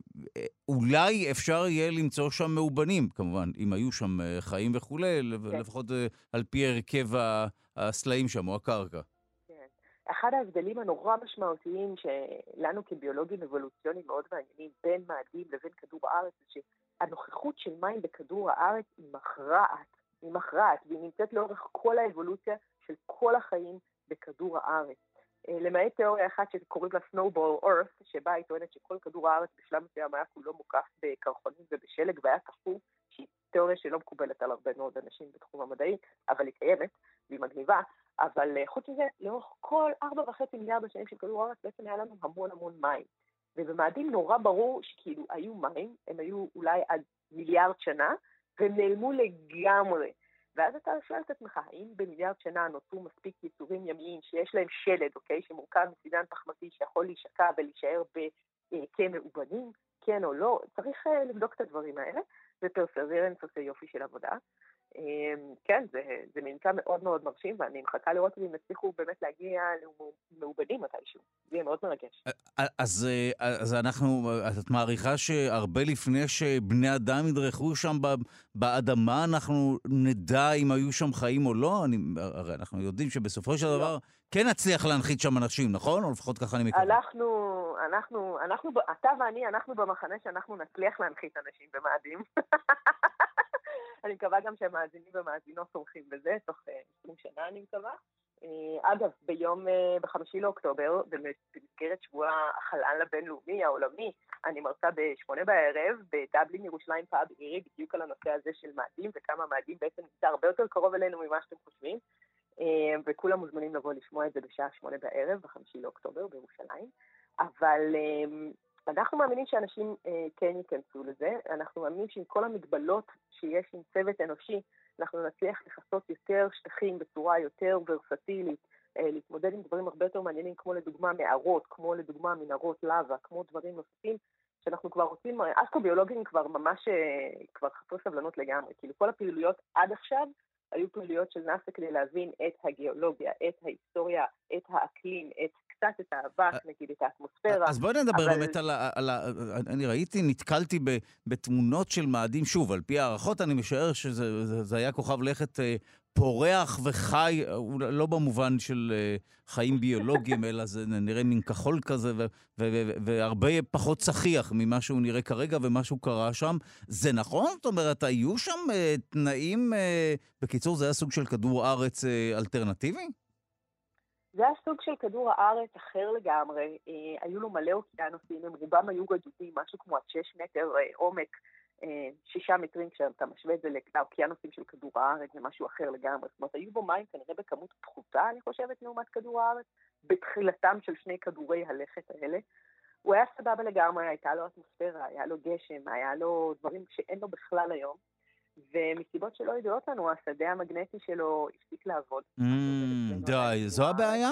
אולי אפשר יהיה למצוא שם מאובנים, כמובן, אם היו שם חיים וכולי, לפחות על פי הרכב הסלעים שם או הקרקע. אחד ההבדלים הנורא משמעותיים שלנו כביולוגים אבולוציוניים מאוד מעניינים בין מאדים לבין כדור הארץ, זה שהנוכחות של מים בכדור הארץ היא מכרעת, היא מכרעת, והיא נמצאת לאורך כל האבולוציה של כל החיים בכדור הארץ. למעט תיאוריה אחת שקוראים לה Snowball Earth, שבה היא טוענת שכל כדור הארץ בשלב מסוים היה כולו מוקף בקרחונים ובשלג והיה קפוא, שהיא תיאוריה שלא מקובלת על הרבה מאוד אנשים בתחום המדעי, אבל היא קיימת והיא מגניבה. אבל חוץ מזה, לאורך כל ארבע וחצי מיליארד השנים של כדור הארץ בעצם היה לנו המון המון מים. ובמאדים נורא ברור שכאילו היו מים, הם היו אולי עד מיליארד שנה, והם נעלמו לגמרי. ואז אתה שואל את עצמך, האם במיליארד שנה נוצרו מספיק יצורים ימיים שיש להם שלד, אוקיי, שמורכב מסידן פחמתי שיכול להישקע ולהישאר כמאובנים, כן או לא, צריך לבדוק את הדברים האלה, ופרסרברנס עושה יופי של עבודה. כן, זה, זה ממצא מאוד מאוד מרשים, ואני מחכה לראות אם הצליחו באמת להגיע למאובנים מתישהו. זה יהיה מאוד מרגש. אז, אז אנחנו, את מעריכה שהרבה לפני שבני אדם ידרכו שם באדמה, אנחנו נדע אם היו שם חיים או לא? אני, הרי אנחנו יודעים שבסופו של דבר כן נצליח להנחית שם אנשים, נכון? או לפחות ככה אני מקווה. אנחנו, אנחנו, אנחנו, אתה ואני, אנחנו במחנה שאנחנו נצליח להנחית אנשים במאדים. אני מקווה גם שהמאזינים ומאזינות תומכים בזה, תוך עשרים שנה אני מקווה. אגב, ביום, בחמישי לאוקטובר, במסגרת שבוע החלל הבינלאומי, העולמי, אני מרצה בשמונה בערב, בדבלין ירושלים פאב עירי, בדיוק על הנושא הזה של מאדים, וכמה מאדים בעצם נמצא הרבה יותר קרוב אלינו ממה שאתם חושבים, וכולם מוזמנים לבוא לשמוע את זה בשעה שמונה בערב, בחמישי לאוקטובר בירושלים. אבל אנחנו מאמינים שאנשים אה, כן ייכנסו לזה, אנחנו מאמינים שעם כל המגבלות שיש עם צוות אנושי, אנחנו נצליח לחסות יותר שטחים בצורה יותר ורסטילית, אה, להתמודד עם דברים הרבה יותר מעניינים, כמו לדוגמה מערות, כמו לדוגמה מנהרות לava, כמו דברים נוספים, שאנחנו כבר רוצים, אסטרוביולוגים כבר ממש, אה, כבר חסרי סבלנות לגמרי, כאילו כל הפעילויות עד עכשיו, היו פעילויות של נאס"א כדי להבין את הגיאולוגיה, את ההיסטוריה, את האקלים, את קצת את האבק, נגיד את האטמוספירה. אז בואי נדבר אבל... באמת על ה... על ה... אני ראיתי, נתקלתי ב... בתמונות של מאדים, שוב, על פי הערכות אני משער שזה זה, זה היה כוכב לכת אה, פורח וחי, לא במובן של אה, חיים ביולוגיים, אלא זה נראה מין כחול כזה, ו... ו... ו... והרבה פחות צחיח ממה שהוא נראה כרגע ומה שהוא קרה שם. זה נכון? זאת אומרת, היו שם אה, תנאים... אה... בקיצור, זה היה סוג של כדור ארץ אה, אלטרנטיבי? זה היה סוג של כדור הארץ אחר לגמרי, אה, היו לו מלא אוקיינוסים, הם רובם היו גדודים, משהו כמו עד שש מטר אה, עומק, אה, שישה מטרים, כשאתה משווה את זה לאוקיינוסים של כדור הארץ, זה משהו אחר לגמרי, זאת אומרת, היו בו מים כנראה בכמות פחותה, אני חושבת, לעומת כדור הארץ, בתחילתם של שני כדורי הלכת האלה. הוא היה סבבה לגמרי, הייתה לו אטמוספירה, היה לו גשם, היה לו דברים שאין לו בכלל היום, ומסיבות שלא ידועות לנו, השדה המגנטי שלו הפסיק לעבוד. די, זו הבעיה?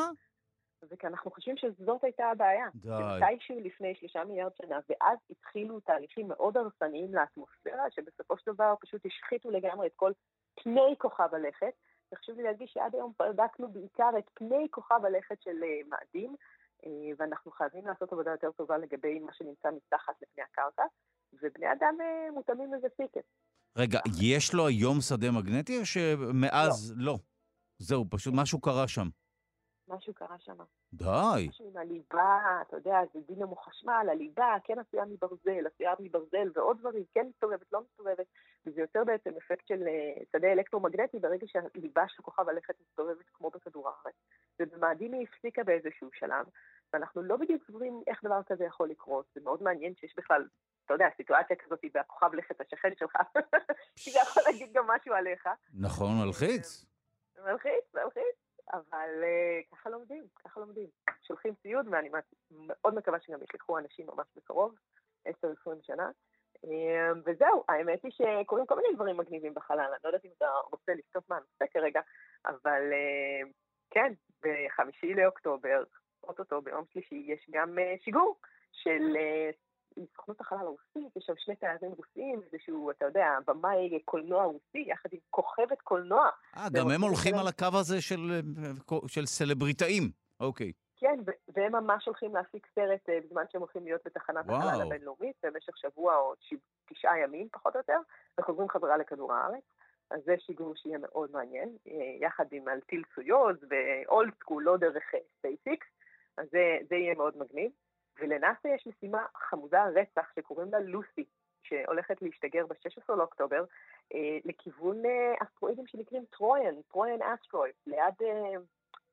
וכי אנחנו חושבים שזאת הייתה הבעיה. די. מתישהו לפני שלושה מיליארד שנה, ואז התחילו תהליכים מאוד הרסניים לאטמוספירה, שבסופו של דבר פשוט השחיתו לגמרי את כל פני כוכב הלכת. וחשוב לי להדגיש שעד היום בדקנו בעיקר את פני כוכב הלכת של מאדים, ואנחנו חייבים לעשות עבודה יותר טובה לגבי מה שנמצא מתחת לפני הקרקע, ובני אדם מותאמים לזה פיקט. רגע, יש לו היום שדה מגנטי או שמאז לא? לא. זהו, פשוט משהו קרה שם. משהו קרה שם. די. משהו עם הליבה, אתה יודע, זה דינמו חשמל, הליבה, כן עשויה מברזל, עשויה מברזל ועוד דברים, כן מסתובבת, לא מסתובבת, וזה יותר בעצם אפקט של שדה אלקטרומגנטי ברגע שהליבה של כוכב הלכת מסתובבת כמו בכדור הארץ. ובמאדים היא הפסיקה באיזשהו שלב, ואנחנו לא בדיוק סבורים איך דבר כזה יכול לקרות. זה מאוד מעניין שיש בכלל, אתה יודע, סיטואציה כזאת היא בכוכב לכת השכן שלך, כי זה יכול להגיד גם משהו עליך. נכון, מלחיץ. מלחיץ, מלחיץ. אבל uh, ככה לומדים, ככה לומדים. שולחים ציוד, ואני מאוד מקווה שגם ישלחו אנשים ממש בקרוב, עשר עשרים שנה. Um, וזהו, האמת היא שקוראים כל מיני דברים מגניבים בחלל. אני לא יודעת אם אתה רוצה לפתות מהנושא כרגע, אבל uh, כן, בחמישי לאוקטובר, אוטוטו ביום שלישי, יש גם uh, שיגור של uh, סוכנות החלל הרוסית, יש שם שני תיירים רוסיים, איזשהו, אתה יודע, במאי קולנוע רוסי, יחד עם כוכבת קולנוע. אה, גם הם הולכים על הקו הזה של, של סלבריטאים, אוקיי. כן, והם ממש הולכים להפיק סרט בזמן שהם הולכים להיות בתחנת החלל הבינלאומית, במשך שבוע או תשעה ימים, פחות או יותר, וחוזרים חזרה לכדור הארץ. אז זה שיגור שיהיה מאוד מעניין, יחד עם על טיל סויוז ואולד סקול, לא דרך ספייסיקס, אז זה, זה יהיה מאוד מגניב. ולנאס"א יש משימה חמודה רצח שקוראים לה לוסי, שהולכת להשתגר ב-שישה עשר לאוקטובר, אה, לכיוון אה, אסטרואידים שנקראים טרויאן, טרויאן אסטרואיד, ליד, אה,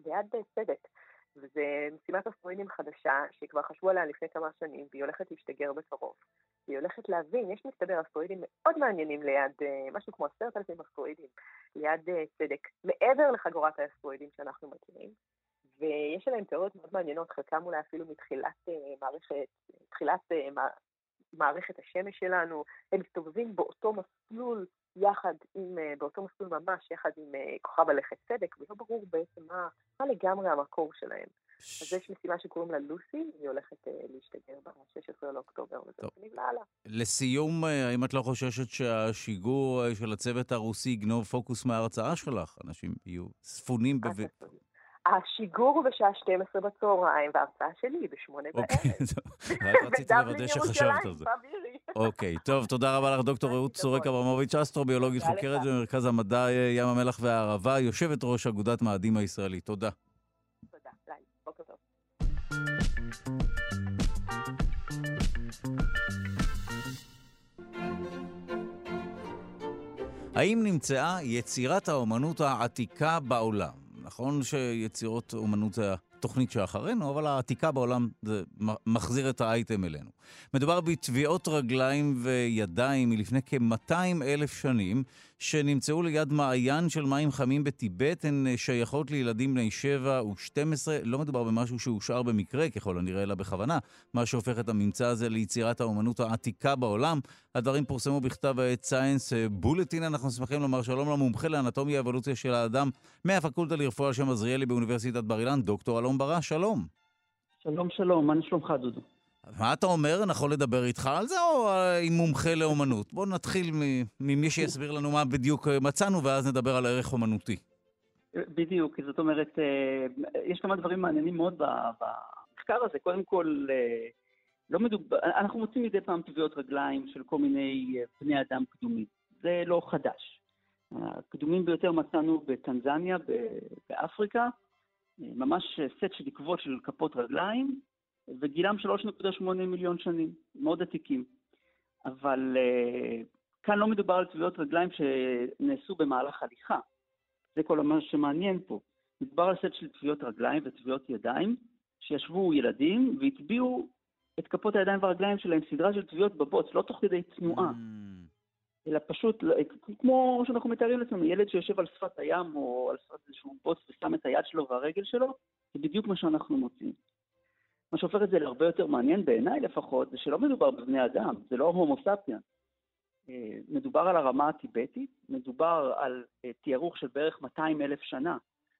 ליד צדק. וזו משימת אסטרואידים חדשה שכבר חשבו עליה לפני כמה שנים, והיא הולכת להשתגר בקרוב. היא הולכת להבין, יש מסתבר אסטרואידים מאוד מעניינים ליד, משהו כמו עשרת אלפים אסטרואידים, ליד צדק, מעבר לחגורת האסטרואידים שאנחנו מכירים. ויש עליהם תיאוריות מאוד מעניינות, חלקם אולי אפילו מתחילת מערכת, תחילת מערכת השמש שלנו, הם מסתובבים באותו מסלול יחד עם, באותו מסלול ממש, יחד עם כוכב הלכת צדק, ולא ברור בעצם מה, מה לגמרי המקור שלהם. ש... אז יש משימה שקוראים לה לוסי, היא הולכת להשתגר ב-שישה עשר לאוקטובר, וזה נבלה הלאה. לסיום, האם את לא חוששת שהשיגור של הצוות הרוסי יגנוב פוקוס מההרצאה שלך? אנשים יהיו ספונים בבית. השיגור הוא בשעה שתים עשרה בצהריים, וההרצאה שלי היא בשמונה בערב. אוקיי, רק רציתי לוודא שחשבת על זה. אוקיי, טוב, תודה רבה לך, דוקטור רעות צורק אברמוביץ', אסטרוביולוגית חוקרת במרכז המדע ים המלח והערבה, יושבת ראש אגודת מאדים הישראלית. תודה. תודה, לילה, בוקר טוב. האם נמצאה יצירת האומנות העתיקה בעולם? נכון שיצירות אומנות זה התוכנית שאחרינו, אבל העתיקה בעולם זה מחזיר את האייטם אלינו. מדובר בתביעות רגליים וידיים מלפני כ-מאתיים אלף שנים, שנמצאו ליד מעיין של מים חמים בטיבט. הן שייכות לילדים בני שבע ושתים עשרה. לא מדובר במשהו שהושאר במקרה, ככל הנראה, אלא בכוונה, מה שהופך את הממצא הזה ליצירת האומנות העתיקה בעולם. הדברים פורסמו בכתב העת Science Bulletin. אנחנו שמחים לומר שלום למומחה לאנטומיה ואבולוציה של האדם מהפקולטה לרפואה על שם עזריאלי באוניברסיטת בר אילן, דוקטור אלון ברש. שלום. שלום, שלום. מה נשלומך, דודו? מה אתה אומר? נכון לדבר איתך על זה או עם מומחה לאומנות? בואו נתחיל ממי שיסביר לנו מה בדיוק מצאנו, ואז נדבר על ערך אומנותי. בדיוק, זאת אומרת, יש כמה דברים מעניינים מאוד במחקר הזה. קודם כל, לא מדובר, אנחנו מוצאים מדי פעם טביעות רגליים של כל מיני בני אדם קדומים. זה לא חדש. הקדומים ביותר מצאנו בטנזניה, באפריקה, ממש סט של עקבות של כפות רגליים, וגילם שלוש נקודה שמונה מיליון שנים, מאוד עתיקים. אבל uh, כאן לא מדובר על טביעות רגליים שנעשו במהלך הליכה. זה כל מה שמעניין פה. מדובר על סט של טביעות רגליים וטביעות ידיים, שישבו ילדים והטביעו את כפות הידיים והרגליים שלהם, סדרה של טביעות בבוץ, לא תוך כדי תנועה. Mm. אלא פשוט, כמו שאנחנו מתארים לעצמנו, ילד שיושב על שפת הים או על שפת איזשהו בוץ ושם את היד שלו והרגל שלו, זה בדיוק מה שאנחנו מוצאים. מה שהופך את זה להרבה יותר מעניין בעיניי לפחות, זה שלא מדובר בבני אדם, זה לא הומו ספיאנס. מדובר על הרמה הטיבטית, מדובר על תיארוך של בערך מאתיים אלף שנה.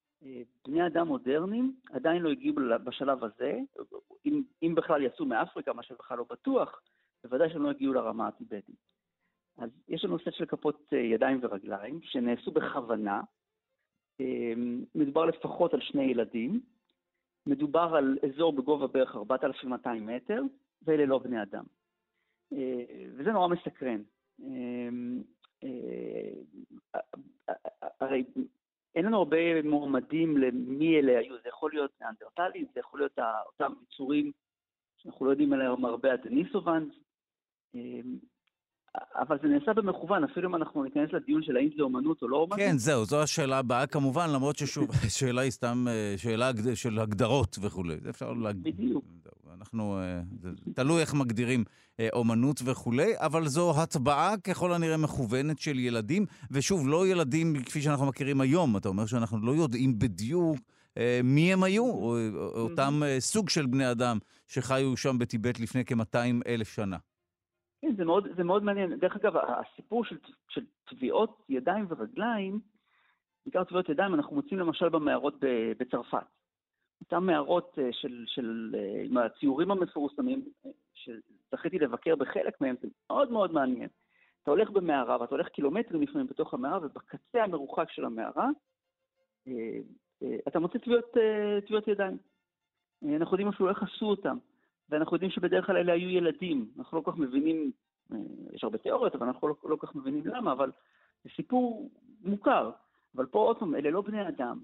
בני אדם מודרניים עדיין לא הגיעו בשלב הזה, אם, אם בכלל יצאו מאפריקה, מה שבכלל לא בטוח, בוודאי שהם לא הגיעו לרמה הטיבטית. אז יש לנו סט של כפות ידיים ורגליים שנעשו בכוונה, מדובר לפחות על שני ילדים, מדובר על אזור בגובה בערך ארבעת אלפים ומאתיים מטר, ואלה לא בני אדם. וזה נורא מסקרן. הרי אין לנו הרבה מועמדים למי אלה היו, זה יכול להיות נאנדרטלים, זה יכול להיות אותם יצורים שאנחנו לא יודעים עליהם הרבה, הדניסובנס, אבל זה נעשה במכוון, אפילו אם אנחנו ניכנס לדיון של האם זה אומנות או לא אומנות. כן, זהו, זו השאלה הבאה, כמובן, למרות ששוב, השאלה היא סתם שאלה של הגדרות וכו'. זה אפשר להגיד. בדיוק. אנחנו, תלוי איך מגדירים אומנות וכו', אבל זו הטבעה ככל הנראה מכוונת של ילדים, ושוב, לא ילדים כפי שאנחנו מכירים היום. אתה אומר שאנחנו לא יודעים בדיוק מי הם היו, או אותם סוג של בני אדם שחיו שם בטיבט לפני כ-מאתיים אלף שנה. כן, זה מאוד, זה מאוד מעניין. דרך אגב, הסיפור של, של טביעות ידיים ורגליים, בעיקר טביעות ידיים, אנחנו מוצאים למשל במערות בצרפת. אותן מערות של, של, עם הציורים המפורסמים, שזכיתי לבקר בחלק מהם, זה מאוד מאוד מעניין. אתה הולך במערה, ואתה הולך קילומטרים לפעמים בתוך המערה, ובקצה המרוחק של המערה, אתה מוצא טביעות, טביעות ידיים. אנחנו יודעים אפילו איך עשו אותם. ואנחנו יודעים שבדרך כלל אלה היו ילדים. אנחנו לא כל כך מבינים, יש הרבה תיאוריות, אבל אנחנו לא, לא כל כך מבינים למה, אבל זה סיפור מוכר. אבל פה עוד פעם, אלה לא בני אדם.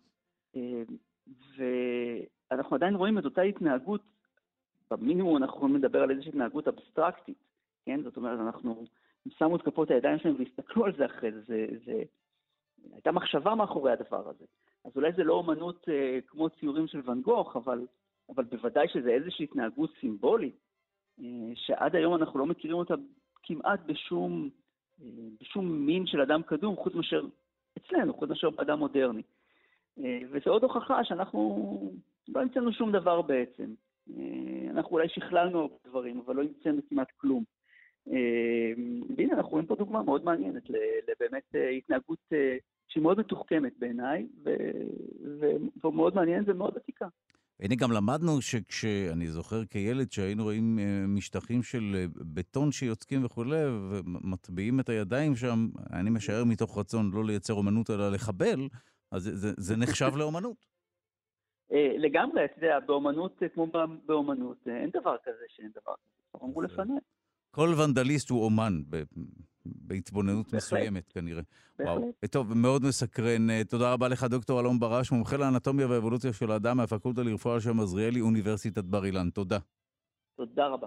ואנחנו עדיין רואים את אותה התנהגות, במינימום אנחנו יכולים לדבר על איזושהי התנהגות אבסטרקטית, כן? זאת אומרת, אנחנו שמו את כפות הידיים שלהם והסתכלו על זה אחרי זה, זה, זה הייתה מחשבה מאחורי הדבר הזה. אז אולי זה לא אומנות אה, כמו ציורים של ואן גוך, אבל, אבל בוודאי שזה איזושהי התנהגות סימבולית, אה, שעד היום אנחנו לא מכירים אותה כמעט בשום, אה, בשום מין של אדם קדום, חוץ מאשר אצלנו, חוץ מאשר באדם מודרני. אה, וזה עוד הוכחה שאנחנו לא המצאנו שום דבר בעצם. אה, אנחנו אולי שכללנו דברים, אבל לא המצאנו כמעט כלום. אה, והנה, אנחנו רואים פה דוגמה מאוד מעניינת לבאמת אה, התנהגות אה, שהיא מאוד מתוחכמת בעיניי, ומאוד מעניינת ומאוד עתיקה. הנה גם למדנו שכשאני זוכר כילד שהיינו רואים משטחים של בטון שיוצקים וכו' ומטביעים את הידיים שם, אני משער מתוך רצון לא לייצר אומנות אלא לחבל, אז זה, זה נחשב לאומנות. לגמרי, אתה יודע, באומנות כמו באומנות, אין דבר כזה שאין דבר כזה. אמרו לפני. כל ונדליסט הוא אומן, בהתבוננות מסוימת כנראה. וואו, טוב, מאוד מסקרן. תודה רבה לך דוקטור אלון ברש, מומחה לאנטומיה ואבולוציה של האדם מהפקולטה לרפואה על שם עזריאלי, אוניברסיטת בר אילן. תודה. תודה רבה.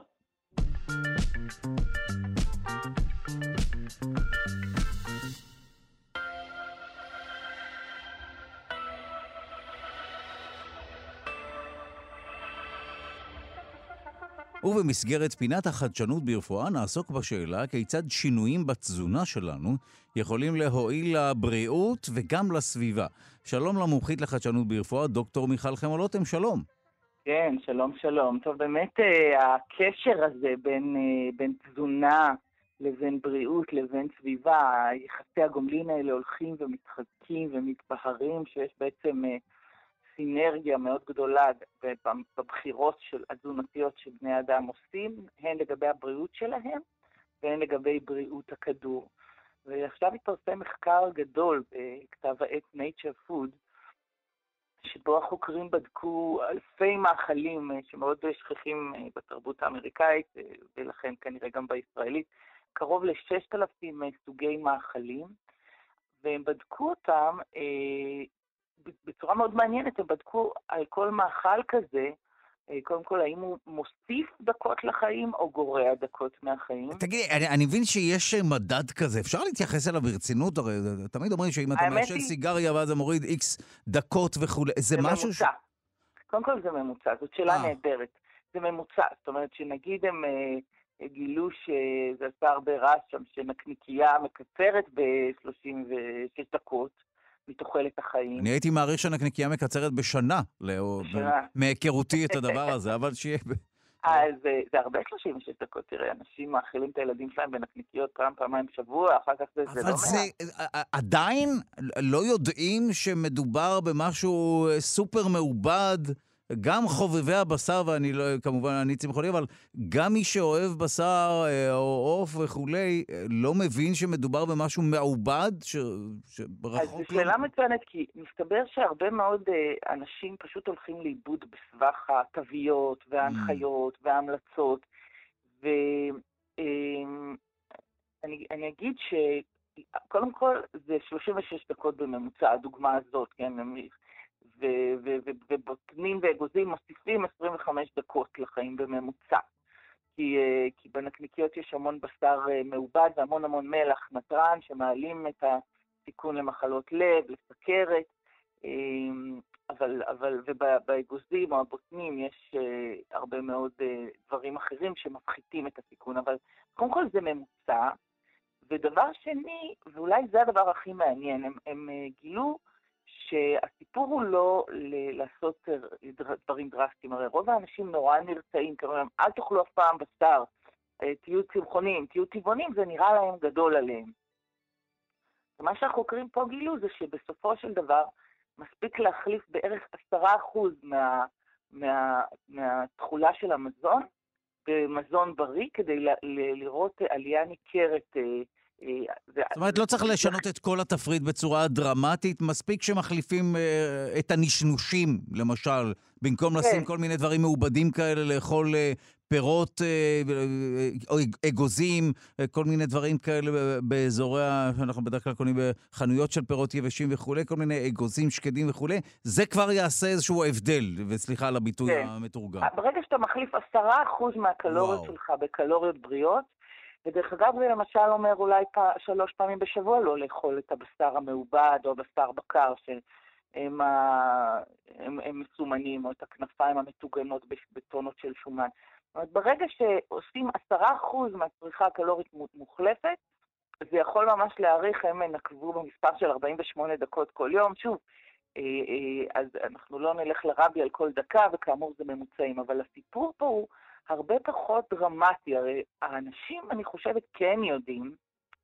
ובמסגרת פינת החדשנות ברפואה נעסוק בשאלה כיצד שינויים בתזונה שלנו יכולים להועיל לבריאות וגם לסביבה. שלום למומחית לחדשנות ברפואה, דוקטור מיכל חמולותם, שלום. כן, שלום שלום. טוב, באמת הקשר הזה בין, בין תזונה לבין בריאות לבין סביבה, יחסי הגומלין האלה הולכים ומתחזקים ומתבהרים, שיש בעצם סינרגיה מאוד גדולה בבחירות של התזונתיות שבני אדם עושים, הן לגבי הבריאות שלהם והן לגבי בריאות הכדור. ועכשיו התפרסם מחקר גדול בכתב העת Nature Food, שבו החוקרים בדקו אלפי מאכלים שמאוד שכיחים בתרבות האמריקאית, ולכן כנראה גם בישראלית, קרוב ל-ששת אלפים סוגי מאכלים, והם בדקו אותם בצורה מאוד מעניינת. הם בדקו על כל מאכל כזה, קודם כל, האם הוא מוסיף דקות לחיים או גורע דקות מהחיים. תגידי, אני, אני מבין שיש מדד כזה, אפשר להתייחס אליו ברצינות? הרי תמיד אומרים שאם אתה מעשן סיגריה ואז זה מוריד איקס דקות וכו', זה, זה משהו ממוצע. ש... קודם כל זה ממוצע, זאת שאלה 아. נהדרת. זה ממוצע, זאת אומרת שנגיד הם אה, גילו שזה עשה הרבה רעש שם, שנקניקייה מקצרת ב-שלושים ושש דקות, מתוחלת החיים. אני הייתי מעריך שנקניקייה מקצרת בשנה, מהיכרותי את הדבר הזה, אבל שיהיה... אז זה הרבה שלושים ושש דקות, תראה, אנשים מאכילים את הילדים שלהם בנקניקיות פעם, פעמיים שבוע, אחר כך זה לא מעט. אבל זה עדיין לא יודעים שמדובר במשהו סופר מעובד, גם חובבי הבשר, ואני לא, כמובן, אני צמחוני, אבל גם מי שאוהב בשר או עוף וכולי, לא מבין שמדובר במשהו מעובד, ש... שברחוק... אז זו שאלה מצוינת, כי מסתבר שהרבה מאוד אנשים פשוט הולכים לאיבוד בסבך התוויות וההנחיות וההמלצות, ואני אני אגיד שקודם כל זה שלושים ושש דקות בממוצע, הדוגמה הזאת, כן, ובוטנים ואגוזים מוסיפים עשרים וחמש דקות לחיים בממוצע. כי, כי בנקניקיות יש המון בשר מעובד והמון המון מלח נתרן שמעלים את הסיכון למחלות לב, לסכרת, אבל, אבל ובאגוזים או הבוטנים יש הרבה מאוד דברים אחרים שמפחיתים את הסיכון, אבל קודם כל זה ממוצע. ודבר שני, ואולי זה הדבר הכי מעניין, הם, הם גילו שהסיפור הוא לא לעשות דברים דרסטיים. הרי רוב האנשים נורא נרצאים, כלומר, אל תאכלו אף פעם בשר, תהיו צמחונים, תהיו טבעונים, זה נראה להם גדול עליהם. ומה שהחוקרים פה גילו זה שבסופו של דבר מספיק להחליף בערך עשרה אחוז מה, מה, מהתחולה של המזון במזון בריא, כדי ל, ל, לראות עלייה ניכרת. זאת אומרת, לא צריך לשנות את כל התפריט בצורה דרמטית, מספיק שמחליפים את הנשנושים, למשל, במקום לשים כל מיני דברים מעובדים כאלה, לאכול פירות, אגוזים, כל מיני דברים כאלה באזורי, אנחנו בדרך כלל קונים בחנויות של פירות יבשים וכו', כל מיני אגוזים שקדים וכו', זה כבר יעשה איזשהו הבדל, וסליחה על הביטוי המתורגם. ברגע שאתה מחליף עשרה אחוז מהקלוריות שלך בקלוריות בריאות, ודרך אגב, זה למשל אומר אולי פ... שלוש פעמים בשבוע לא לאכול את הבשר המעובד או הבשר בקר, הם, ה... הם, הם מסומנים, או את הכנפיים המטוגנות בטונות של שומן. זאת אומרת, ברגע שעושים עשרה אחוז מהצריכה הקלורית מוחלפת, זה יכול ממש להאריך, הם נקבו במספר של ארבעים ושמונה דקות כל יום. שוב, אז אנחנו לא נלך לרבי על כל דקה, וכאמור זה ממוצעים, אבל הסיפור פה הוא הרבה פחות דרמטי. הרי האנשים, אני חושבת, כן יודעים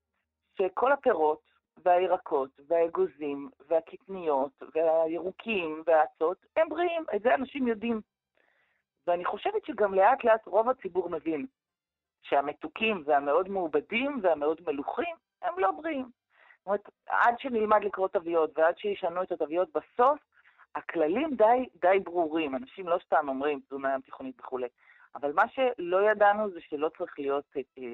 שכל הפירות והירקות והאגוזים והקטניות והירוקים והעצות הם בריאים. את זה אנשים יודעים. ואני חושבת שגם לאט לאט רוב הציבור מבין שהמתוקים והמאוד מעובדים והמאוד מלוכים הם לא בריאים. זאת אומרת, עד שנלמד לקרוא תוויות ועד שישנו את התוויות בסוף, הכללים די, די ברורים. אנשים לא סתם אומרים תזונה ים תיכונית וכו'. אבל מה שלא ידענו זה שלא צריך להיות,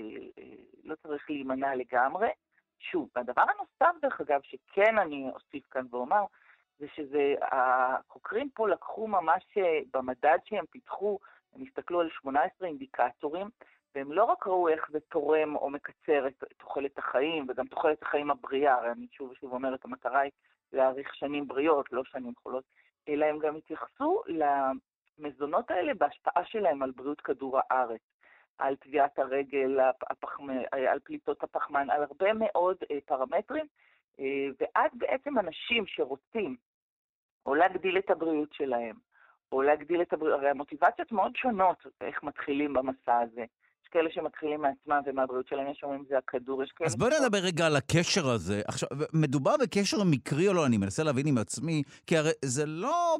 לא צריך להימנע לגמרי. שוב, הדבר הנוסף דרך אגב שכן אני אוסיף כאן ואומר, זה שזה, החוקרים פה לקחו ממש במדד שהם פיתחו, הם הסתכלו על שמונה עשרה אינדיקטורים, והם לא רק ראו איך זה תורם או מקצר את תוחלת החיים, וגם תוחלת החיים הבריאה, הרי אני שוב ושוב אומרת, המטרה היא להאריך שנים בריאות, לא שנים חולות, אלא הם גם התייחסו למזונות האלה בהשפעה שלהם על בריאות כדור הארץ, על טביעת הרגל, הפחמ... על פליטות הפחמן, על הרבה מאוד פרמטרים, ואז בעצם אנשים שרוצים או להגדיל את הבריאות שלהם, או להגדיל את הבריאות, הרי המוטיבציות מאוד שונות איך מתחילים במסע הזה. יש כאלה שמתחילים מעצמם ומהבריאות שלהם, יש אומרים זה הכדור, יש כאלה... אז בואי נדבר רגע על הקשר הזה. עכשיו, מדובר בקשר מקרי או לא? אני מנסה להבין עם עצמי, כי הרי זה לא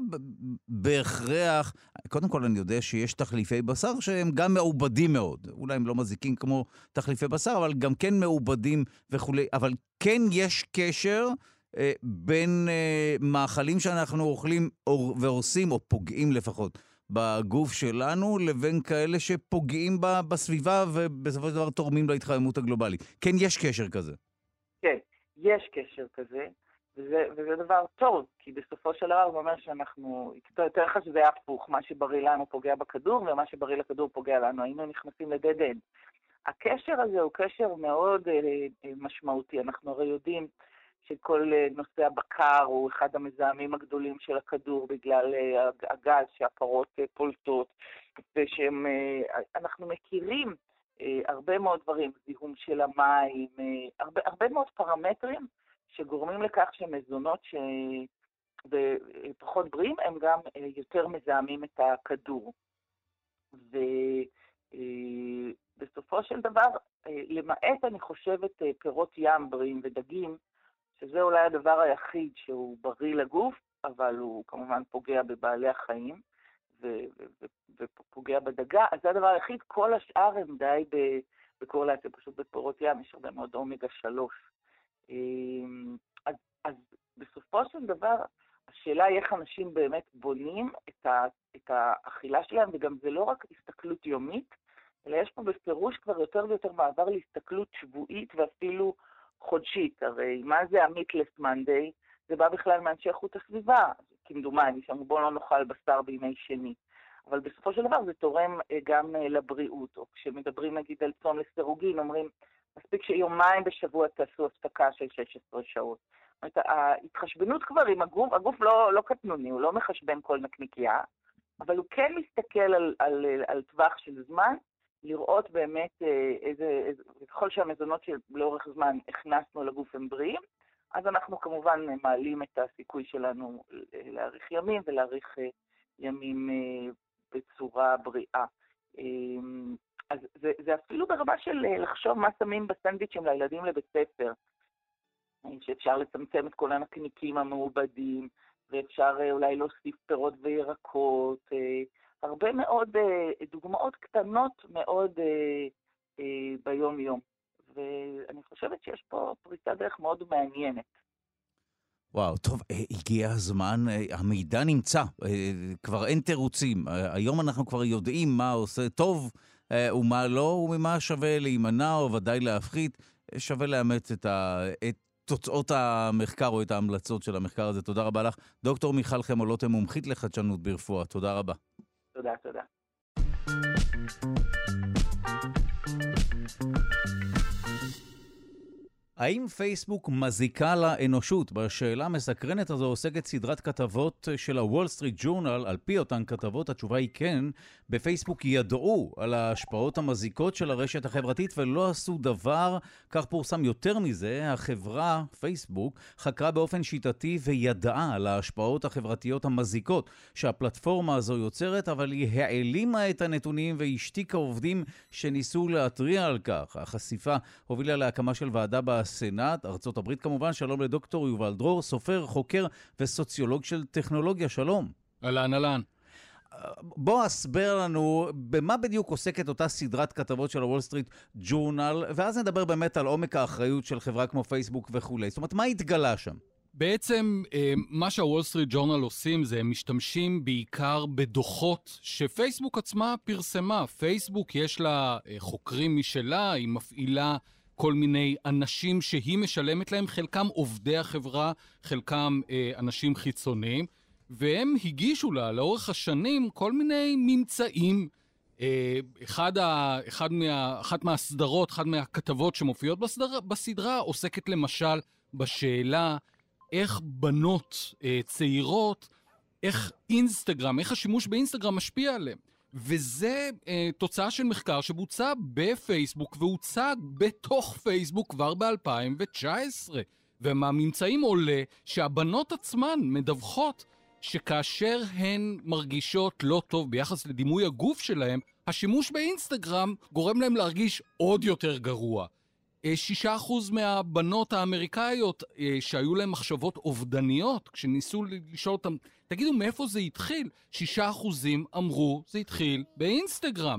בהכרח... קודם כל אני יודע שיש תחליפי בשר שהם גם מעובדים מאוד. אולי הם לא מזיקים כמו תחליפי בשר, אבל גם כן מעובדים וכו'. אבל כן יש קשר בין מאכלים שאנחנו אוכלים והורסים, או פוגעים לפחות, בגוף שלנו, לבין כאלה שפוגעים בסביבה ובסופו של דבר תורמים להתחממות הגלובלית. כן, יש קשר כזה. כן, יש קשר כזה, וזה, וזה דבר טוב, כי בסופו של דבר זה אומר שאנחנו, יותר חשוב שזה הפוך, מה שבריא לנו פוגע בכדור, ומה שבריא לכדור פוגע לנו, היינו נכנסים לדד אנד. הקשר הזה הוא קשר מאוד אה, משמעותי, אנחנו הרי יודעים שכל נושא הבקר הוא אחד המזהמים הגדולים של הכדור בגלל הגז שהפרות פולטות, ושאנחנו מכירים הרבה מאוד דברים, זיהום של המים, הרבה, הרבה מאוד פרמטרים שגורמים לכך שמזונות שפחות בריאים הם גם יותר מזהמים את הכדור. ובסופו של דבר, למעט אני חושבת פירות ים בריאים ודגים, שזה אולי הדבר היחיד שהוא בריא לגוף, אבל הוא כמובן פוגע בבעלי החיים ופוגע בדגה, אז זה הדבר היחיד, כל השאר הם די בקורלציה, פשוט בפירות ים יש הרבה מאוד אומגה שלוש. אז, אז בסופו של דבר, השאלה היא איך אנשים באמת בונים את, ה, את האכילה שלהם, וגם זה לא רק הסתכלות יומית, אלא יש פה בפירוש כבר יותר ויותר מעבר להסתכלות שבועית ואפילו חודשית. הרי מה זה המיטלס מנדיי? זה בא בכלל מאנשי איכות הסביבה, כמדומני, שאמרו בוא לא נאכל בשר בימי שני. אבל בסופו של דבר זה תורם גם לבריאות, או כשמדברים נגיד על צום לסירוגין, אומרים, מספיק שיומיים בשבוע תעשו הפסקה של שש עשרה שעות. זאת אומרת, ההתחשבנות כבר עם הגוף, הגוף לא, לא קטנוני, הוא לא מחשבן כל נקניקייה, אבל הוא כן מסתכל על, על, על טווח של זמן, לראות באמת איזה, איזה, ככל שהמזונות שלאורך זמן הכנסנו לגוף הם בריאים, אז אנחנו כמובן מעלים את הסיכוי שלנו להאריך ימים ולהאריך ימים בצורה בריאה. אז זה, זה אפילו ברמה של לחשוב מה שמים בסנדוויצ'ים לילדים לבית ספר, שאפשר לצמצם את כל הנקניקים המעובדים, ואפשר אולי להוסיף פירות וירקות, הרבה מאוד דוגמאות קטנות מאוד ביום יום. ואני חושבת שיש פה פריצה דרך מאוד מעניינת. וואו, טוב, הגיע הזמן, המידע נמצא, כבר אין תירוצים. היום אנחנו כבר יודעים מה עושה טוב ומה לא, וממה שווה להימנע או ודאי להפחית. שווה לאמץ את ה... את תוצאות המחקר או את ההמלצות של המחקר הזה. תודה רבה לך. דוקטור מיכל חמולוטם, מומחית לחדשנות ברפואה. תודה רבה. תודה, תודה. האם פייסבוק מזיקה לאנושות? בשאלה המסקרנת הזו עוסקת סדרת כתבות של הוול סטריט ג'ורנל. על פי אותן כתבות התשובה היא כן. בפייסבוק ידעו על ההשפעות המזיקות של הרשת החברתית ולא עשו דבר. כך פורסם. יותר מזה, החברה פייסבוק חקרה באופן שיטתי וידעה על ההשפעות החברתיות המזיקות שהפלטפורמה הזו יוצרת, אבל היא העלימה את הנתונים והשתיקה עובדים שניסו להתריע על כך. החשיפה הובילה להקמה של ועדה בסנאט, ארצות הברית כמובן. שלום לדוקטור יובל דרור, סופר, חוקר וסוציולוג של טכנולוגיה. שלום. אהלן, אהלן. בוא אסבר לנו במה בדיוק עוסקת אותה סדרת כתבות של הוול סטריט ג'ורנל, ואז נדבר באמת על עומק האחריות של חברה כמו פייסבוק וכו'. זאת אומרת, מה התגלה שם? בעצם מה שהוול סטריט ג'ורנל עושים זה הם משתמשים בעיקר בדוחות שפייסבוק עצמה פרסמה. פייסבוק יש לה חוקרים משלה, היא מפעילה כל מיני אנשים שהיא משלמת להם, חלקם עובדי החברה, חלקם אנשים חיצוניים, והם הגישו לה לאורך השנים כל מיני ממצאים. אחד ה, אחד מה, אחת מהסדרות, אחת מהכתבות שמופיעות בסדרה, בסדרה עוסקת למשל בשאלה איך בנות צעירות, איך אינסטגרם, איך השימוש באינסטגרם משפיע עליהם. וזה אה, תוצאה של מחקר שבוצע בפייסבוק והוצג בתוך פייסבוק כבר ב-אלפיים תשע עשרה. ומהממצאים עולה שהבנות עצמן מדווחות שכאשר הן מרגישות לא טוב ביחס לדימוי הגוף שלהם, השימוש באינסטגרם גורם להם להרגיש עוד יותר גרוע. שישה אחוז מהבנות האמריקאיות שהיו להם מחשבות אובדניות, כשניסו לשאול אותם, תגידו מאיפה זה התחיל? שישה אחוזים אמרו זה התחיל באינסטגרם.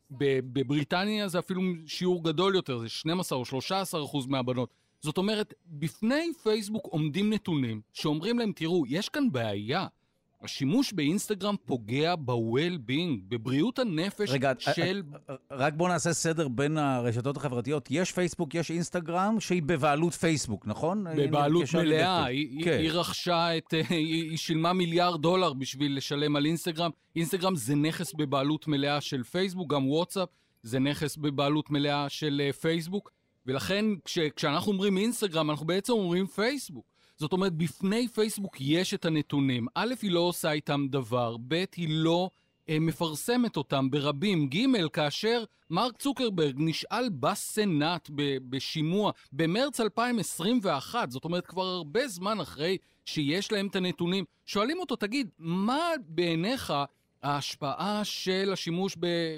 בבריטניה זה אפילו שיעור גדול יותר, זה שנים עשר או שלושה עשר אחוז מהבנות. זאת אומרת, בפני פייסבוק עומדים נתונים שאומרים להם, תראו, יש כאן בעיה. השימוש באינסטגרם פוגע ב-well-being, בבריאות הנפש רגע, של... רק בוא נעשה סדר בין הרשתות החברתיות. יש פייסבוק, יש אינסטגרם, שהיא בבעלות פייסבוק, נכון? בבעלות מלאה. היא, כן. היא רכשה את... היא שילמה מיליארד דולר בשביל לשלם על אינסטגרם. אינסטגרם זה נכס בבעלות מלאה של פייסבוק, גם וואטסאפ זה נכס בבעלות מלאה של פייסבוק. ולכן כש, כשאנחנו אומרים אינסטגרם, אנחנו בעצם אומרים פייסבוק. זאת אומרת, בפני פייסבוק יש את הנתונים. א', היא לא עושה איתם דבר, ב', היא לא אה, מפרסמת אותם ברבים. ג', כאשר מרק צוקרברג נשאל בסנאט ב, בשימוע במרץ אלפיים עשרים ואחת, זאת אומרת, כבר הרבה זמן אחרי שיש להם את הנתונים, שואלים אותו, תגיד, מה בעיניך ההשפעה של השימוש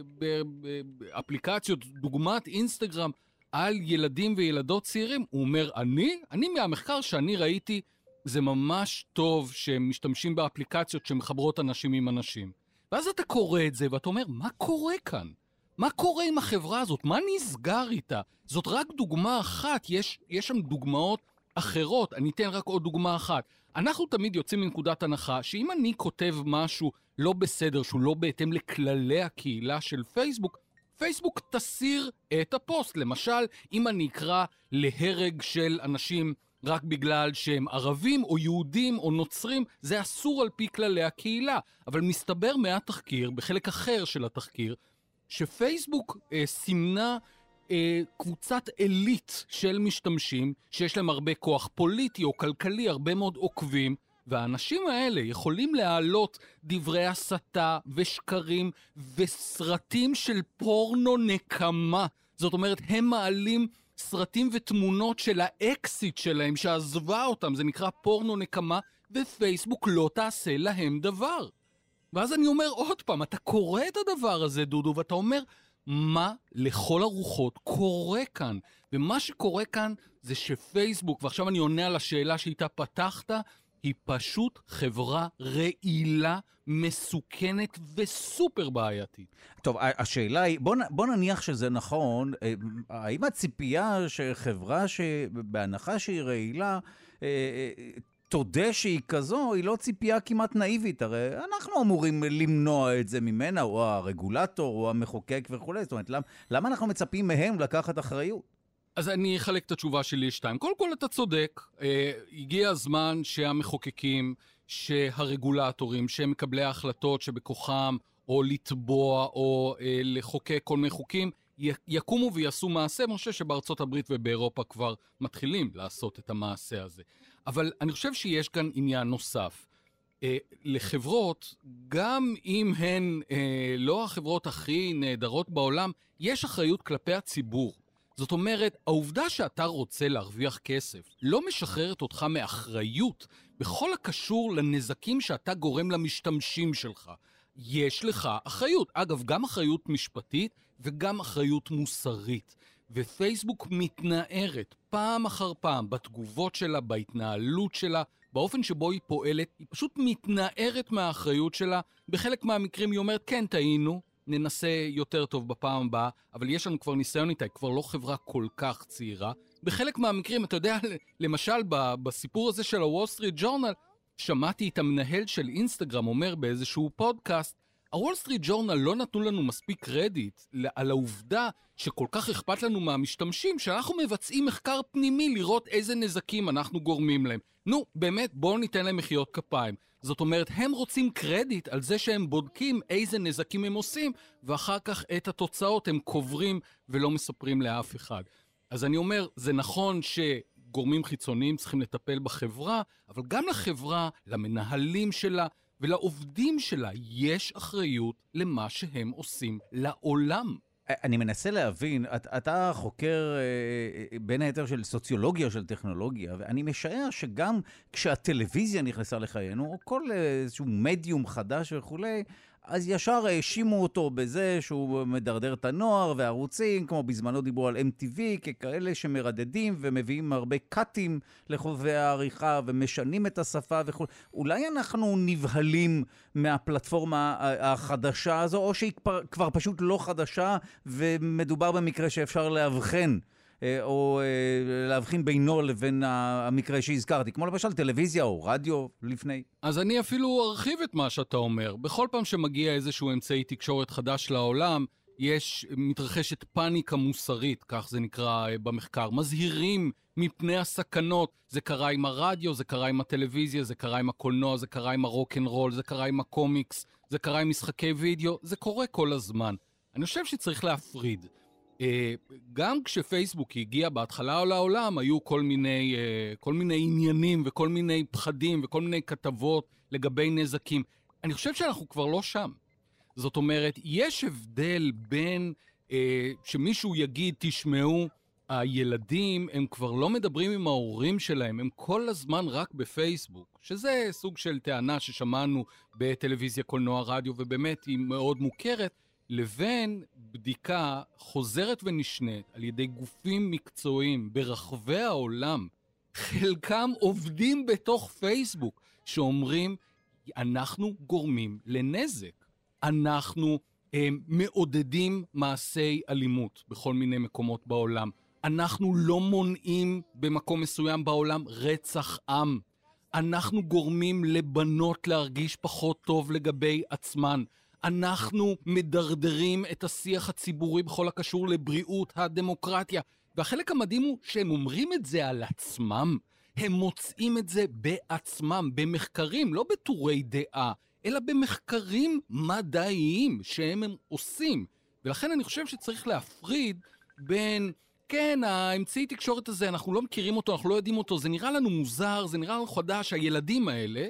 באפליקציות, דוגמת אינסטגרם, על ילדים וילדות צעירים? הוא אומר, אני, אני מהמחקר שאני ראיתי, זה ממש טוב שהם משתמשים באפליקציות שמחברות אנשים עם אנשים. ואז אתה קורא את זה ואתה אומר, מה קורה כאן? מה קורה עם החברה הזאת? מה נסגר איתה? זאת רק דוגמה אחת, יש, יש שם דוגמאות אחרות. אני אתן רק עוד דוגמה אחת. אנחנו תמיד יוצאים מנקודת הנחה שאם אני כותב משהו לא בסדר, שהוא לא בהתאם לכללי הקהילה של פייסבוק, פייסבוק תסיר את הפוסט. למשל, אם אני אקרא להרג של אנשים רק בגלל שהם ערבים או יהודים או נוצרים, זה אסור על פי כללי הקהילה. אבל מסתבר מהתחקיר, בחלק אחר של התחקיר, שפייסבוק אה, סימנה אה, קבוצת אליט של משתמשים שיש להם הרבה כוח פוליטי או כלכלי, הרבה מאוד עוקבים, והאנשים האלה יכולים להעלות דברי הסתה ושקרים וסרטים של פורנו נקמה. זאת אומרת, הם מעלים סרטים ותמונות של האקסיט שלהם שעזבה אותם, זה נקרא פורנו נקמה, ופייסבוק לא תעשה להם דבר. ואז אני אומר עוד פעם, אתה קורא את הדבר הזה, דודו, ואתה אומר, מה לכל הרוחות קורה כאן? ומה שקורה כאן זה שפייסבוק, ועכשיו אני עונה על השאלה שאיתה פתחת, היא פשוט חברה רעילה, מסוכנת וסופר בעייתית. טוב, השאלה היא, בוא, בוא נניח שזה נכון, האם הציפייה שחברה שבהנחה שהיא רעילה, תודה שהיא כזו, היא לא ציפייה כמעט נאיבית, הרי אנחנו אמורים למנוע את זה ממנה, או הרגולטור, או המחוקק וכו'. זאת אומרת, למה, למה אנחנו מצפים מהם לקחת אחריות? אז אני אחלק את התשובה שלי שתיים. קודם כל אתה צודק, אה, הגיע הזמן שהמחוקקים, שהרגולטורים, שהם מקבלי ההחלטות שבכוחם או לתבוע או אה, לחוקק כל מיני חוקים, יקומו ויעשו מעשה, אני חושב שבארצות הברית ובאירופה כבר מתחילים לעשות את המעשה הזה. אבל אני חושב שיש כאן עניין נוסף. אה, לחברות, גם אם הן אה, לא החברות הכי נהדרות בעולם, יש אחריות כלפי הציבור. זאת אומרת, העובדה שאתה רוצה להרוויח כסף לא משחררת אותך מאחריות בכל הקשור לנזקים שאתה גורם למשתמשים שלך. יש לך אחריות. אגב, גם אחריות משפטית וגם אחריות מוסרית. ופייסבוק מתנערת פעם אחר פעם בתגובות שלה, בהתנהלות שלה, באופן שבו היא פועלת, היא פשוט מתנערת מהאחריות שלה. בחלק מהמקרים היא אומרת, כן, טעינו, ננסה יותר טוב בפעם הבאה, אבל יש לנו כבר ניסיון איתה, היא כבר לא חברה כל כך צעירה. בחלק מהמקרים, אתה יודע, למשל, בסיפור הזה של הוול סטריט ג'ורנל, שמעתי את המנהל של אינסטגרם אומר באיזשהו פודקאסט, הוול סטריט ג'ורנל לא נתנו לנו מספיק קרדיט על העובדה שכל כך אכפת לנו מהמשתמשים, שאנחנו מבצעים מחקר פנימי לראות איזה נזקים אנחנו גורמים להם. נו, באמת, בואו ניתן להם מחיאות כפיים. זאת אומרת, הם רוצים קרדיט על זה שהם בודקים איזה נזקים הם עושים, ואחר כך את התוצאות הם קוברים ולא מספרים לאף אחד. אז אני אומר, זה נכון שגורמים חיצוניים צריכים לטפל בחברה, אבל גם לחברה, למנהלים שלה ולעובדים שלה, יש אחריות למה שהם עושים לעולם. אני מנסה להבין, אתה חוקר בין היתר של סוציולוגיה, של טכנולוגיה, ואני משער שגם כשהטלוויזיה נכנסה לחיינו, או כל איזשהו מדיום חדש וכולי, אז ישר האשימו אותו בזה שהוא מדרדר את הנוער והערוצים, כמו בזמנו דיברו על אם טי וי, ככאלה שמרדדים ומביאים הרבה קאטים לחובבי העריכה ומשנים את השפה וכו'. אולי אנחנו נבהלים מהפלטפורמה החדשה הזו, או שהיא כבר פשוט לא חדשה, ומדובר במקרה שאפשר להבחן, או להבחין בינו לבין המקרה שהזכרתי, כמו למשל טלוויזיה או רדיו לפני. אז אני אפילו ארחיב את מה שאתה אומר. בכל פעם שמגיע איזשהו אמצעי תקשורת חדש לעולם, יש, מתרחשת פאניקה מוסרית, כך זה נקרא במחקר. מזהירים מפני הסכנות. זה קרה עם הרדיו, זה קרה עם הטלוויזיה, זה קרה עם הקולנוע, זה קרה עם הרוק-אנד-רול, זה קרה עם הקומיקס, זה קרה עם משחקי וידאו, זה קורה כל הזמן. אני חושב שצריך להפריד. גם כשפייסבוק הגיע בהתחלה לעולם, היו כל מיני, כל מיני עניינים וכל מיני פחדים וכל מיני כתבות לגבי נזקים. אני חושב שאנחנו כבר לא שם. זאת אומרת, יש הבדל בין אה, שמישהו יגיד, תשמעו, הילדים הם כבר לא מדברים עם ההורים שלהם, הם כל הזמן רק בפייסבוק, שזה סוג של טענה ששמענו בטלוויזיה, קולנוע, רדיו, ובאמת היא מאוד מוכרת, לבין בדיקה חוזרת ונשנית על ידי גופים מקצועיים ברחבי העולם, חלקם עובדים בתוך פייסבוק, שאומרים, אנחנו גורמים לנזק. אנחנו הם, מעודדים מעשי אלימות בכל מיני מקומות בעולם. אנחנו לא מונעים במקום מסוים בעולם רצח עם. אנחנו גורמים לבנות להרגיש פחות טוב לגבי עצמן. אנחנו מדרדרים את השיח הציבורי בכל הקשור לבריאות הדמוקרטיה. והחלק המדהים הוא שהם אומרים את זה על עצמם. הם מוצאים את זה בעצמם, במחקרים, לא בטורי דעה, אלא במחקרים מדעיים שהם הם עושים. ולכן אני חושב שצריך להפריד בין, כן, האמצעי תקשורת הזה, אנחנו לא מכירים אותו, אנחנו לא יודעים אותו, זה נראה לנו מוזר, זה נראה לנו חדש, הילדים האלה,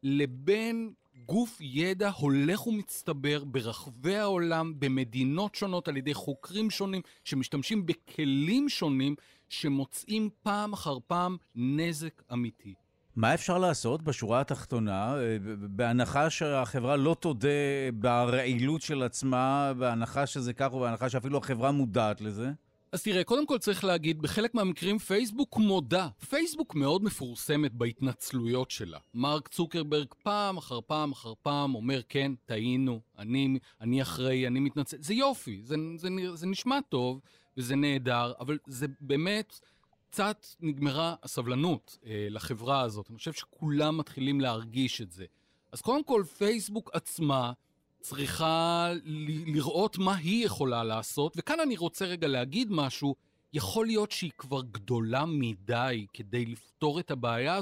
לבין גוף ידע הולך ומצטבר ברחבי העולם, במדינות שונות, על ידי חוקרים שונים, שמשתמשים בכלים שונים, שמוצאים פעם אחר פעם נזק אמיתי. מה אפשר לעשות בשורה התחתונה, בהנחה שהחברה לא תודה ברעילות של עצמה, בהנחה שזה כך, ובהנחה שאפילו החברה מודעת לזה? אז תראה, קודם כל צריך להגיד, בחלק מהמקרים פייסבוק מודה. פייסבוק מאוד מפורסמת בהתנצלויות שלה. מרק צוקרברג פעם אחר פעם אחר פעם אומר, כן, טעינו, אני, אני אחראי, אני מתנצל. זה יופי, זה, זה, זה נשמע טוב וזה נהדר, אבל זה באמת קצת נגמרה הסבלנות אה, לחברה הזאת. אני חושב שכולם מתחילים להרגיש את זה. אז קודם כל, פייסבוק עצמה צריכה ל- לראות מה היא יכולה לעשות, וכאן אני רוצה רגע להגיד משהו, יכול להיות שהיא כבר גדולה מדי כדי לפתור את הבעיה הזאת,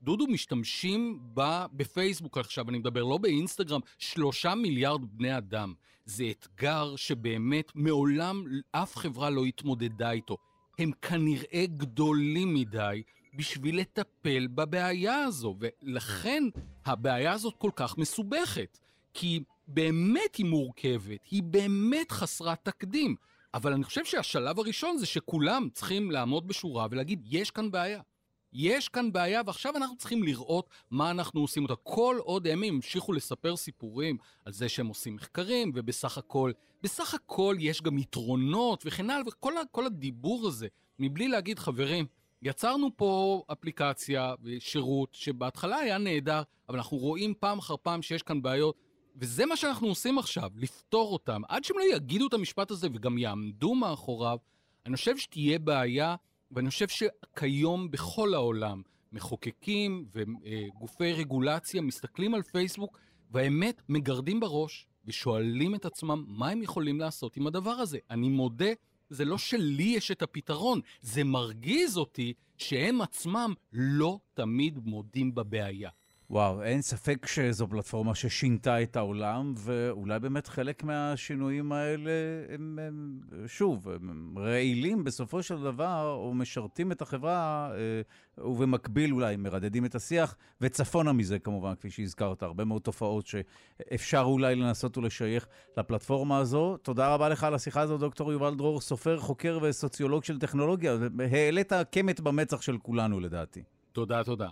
דודו, משתמשים בה בפייסבוק עכשיו, אני מדבר לא באינסטגרם, שלושה מיליארד בני אדם. זה אתגר שבאמת מעולם אף חברה לא התמודדה איתו. הם כנראה גדולים מדי בשביל לטפל בבעיה הזו, ולכן הבעיה הזאת כל כך מסובכת, כי באמת היא מורכבת, היא באמת חסרת תקדים, אבל אני חושב שהשלב הראשון זה שכולם צריכים לעמוד בשורה ולהגיד, יש כאן בעיה. יש כאן בעיה, ועכשיו אנחנו צריכים לראות מה אנחנו עושים אותה. כל עוד הם המשיכו לספר סיפורים על זה שהם עושים מחקרים, ובסך הכל, בסך הכל יש גם יתרונות וכן הלאה, וכל כל הדיבור הזה, מבלי להגיד, חברים, יצרנו פה אפליקציה ושירות שבהתחלה היה נהדר, אבל אנחנו רואים פעם אחר פעם שיש כאן בעיות, וזה מה שאנחנו עושים עכשיו, לפתור אותם. עד שהם לא יגידו את המשפט הזה וגם יעמדו מאחוריו, אני חושב שתהיה בעיה, ואני חושב שכיום בכל העולם מחוקקים וגופי רגולציה מסתכלים על פייסבוק, והאמת מגרדים בראש ושואלים את עצמם מה הם יכולים לעשות עם הדבר הזה. אני מודה, זה לא שלי יש את הפתרון, זה מרגיז אותי שהם עצמם לא תמיד מודים בבעיה. וואו, אין ספק שזו פלטפורמה ששינתה את העולם, ואולי באמת חלק מהשינויים האלה הם, הם שוב, הם רעילים בסופו של דבר, או משרתים את החברה, ובמקביל אולי מרדדים את השיח, וצפונה מזה כמובן, כפי שהזכרת, הרבה מאוד תופעות שאפשר אולי לנסות ולשייך לפלטפורמה הזו. תודה רבה לך על השיחה הזו, דוקטור יובל דרור, סופר, חוקר וסוציולוג של טכנולוגיה. העלית קמת במצח של כולנו לדעתי. תודה, תודה.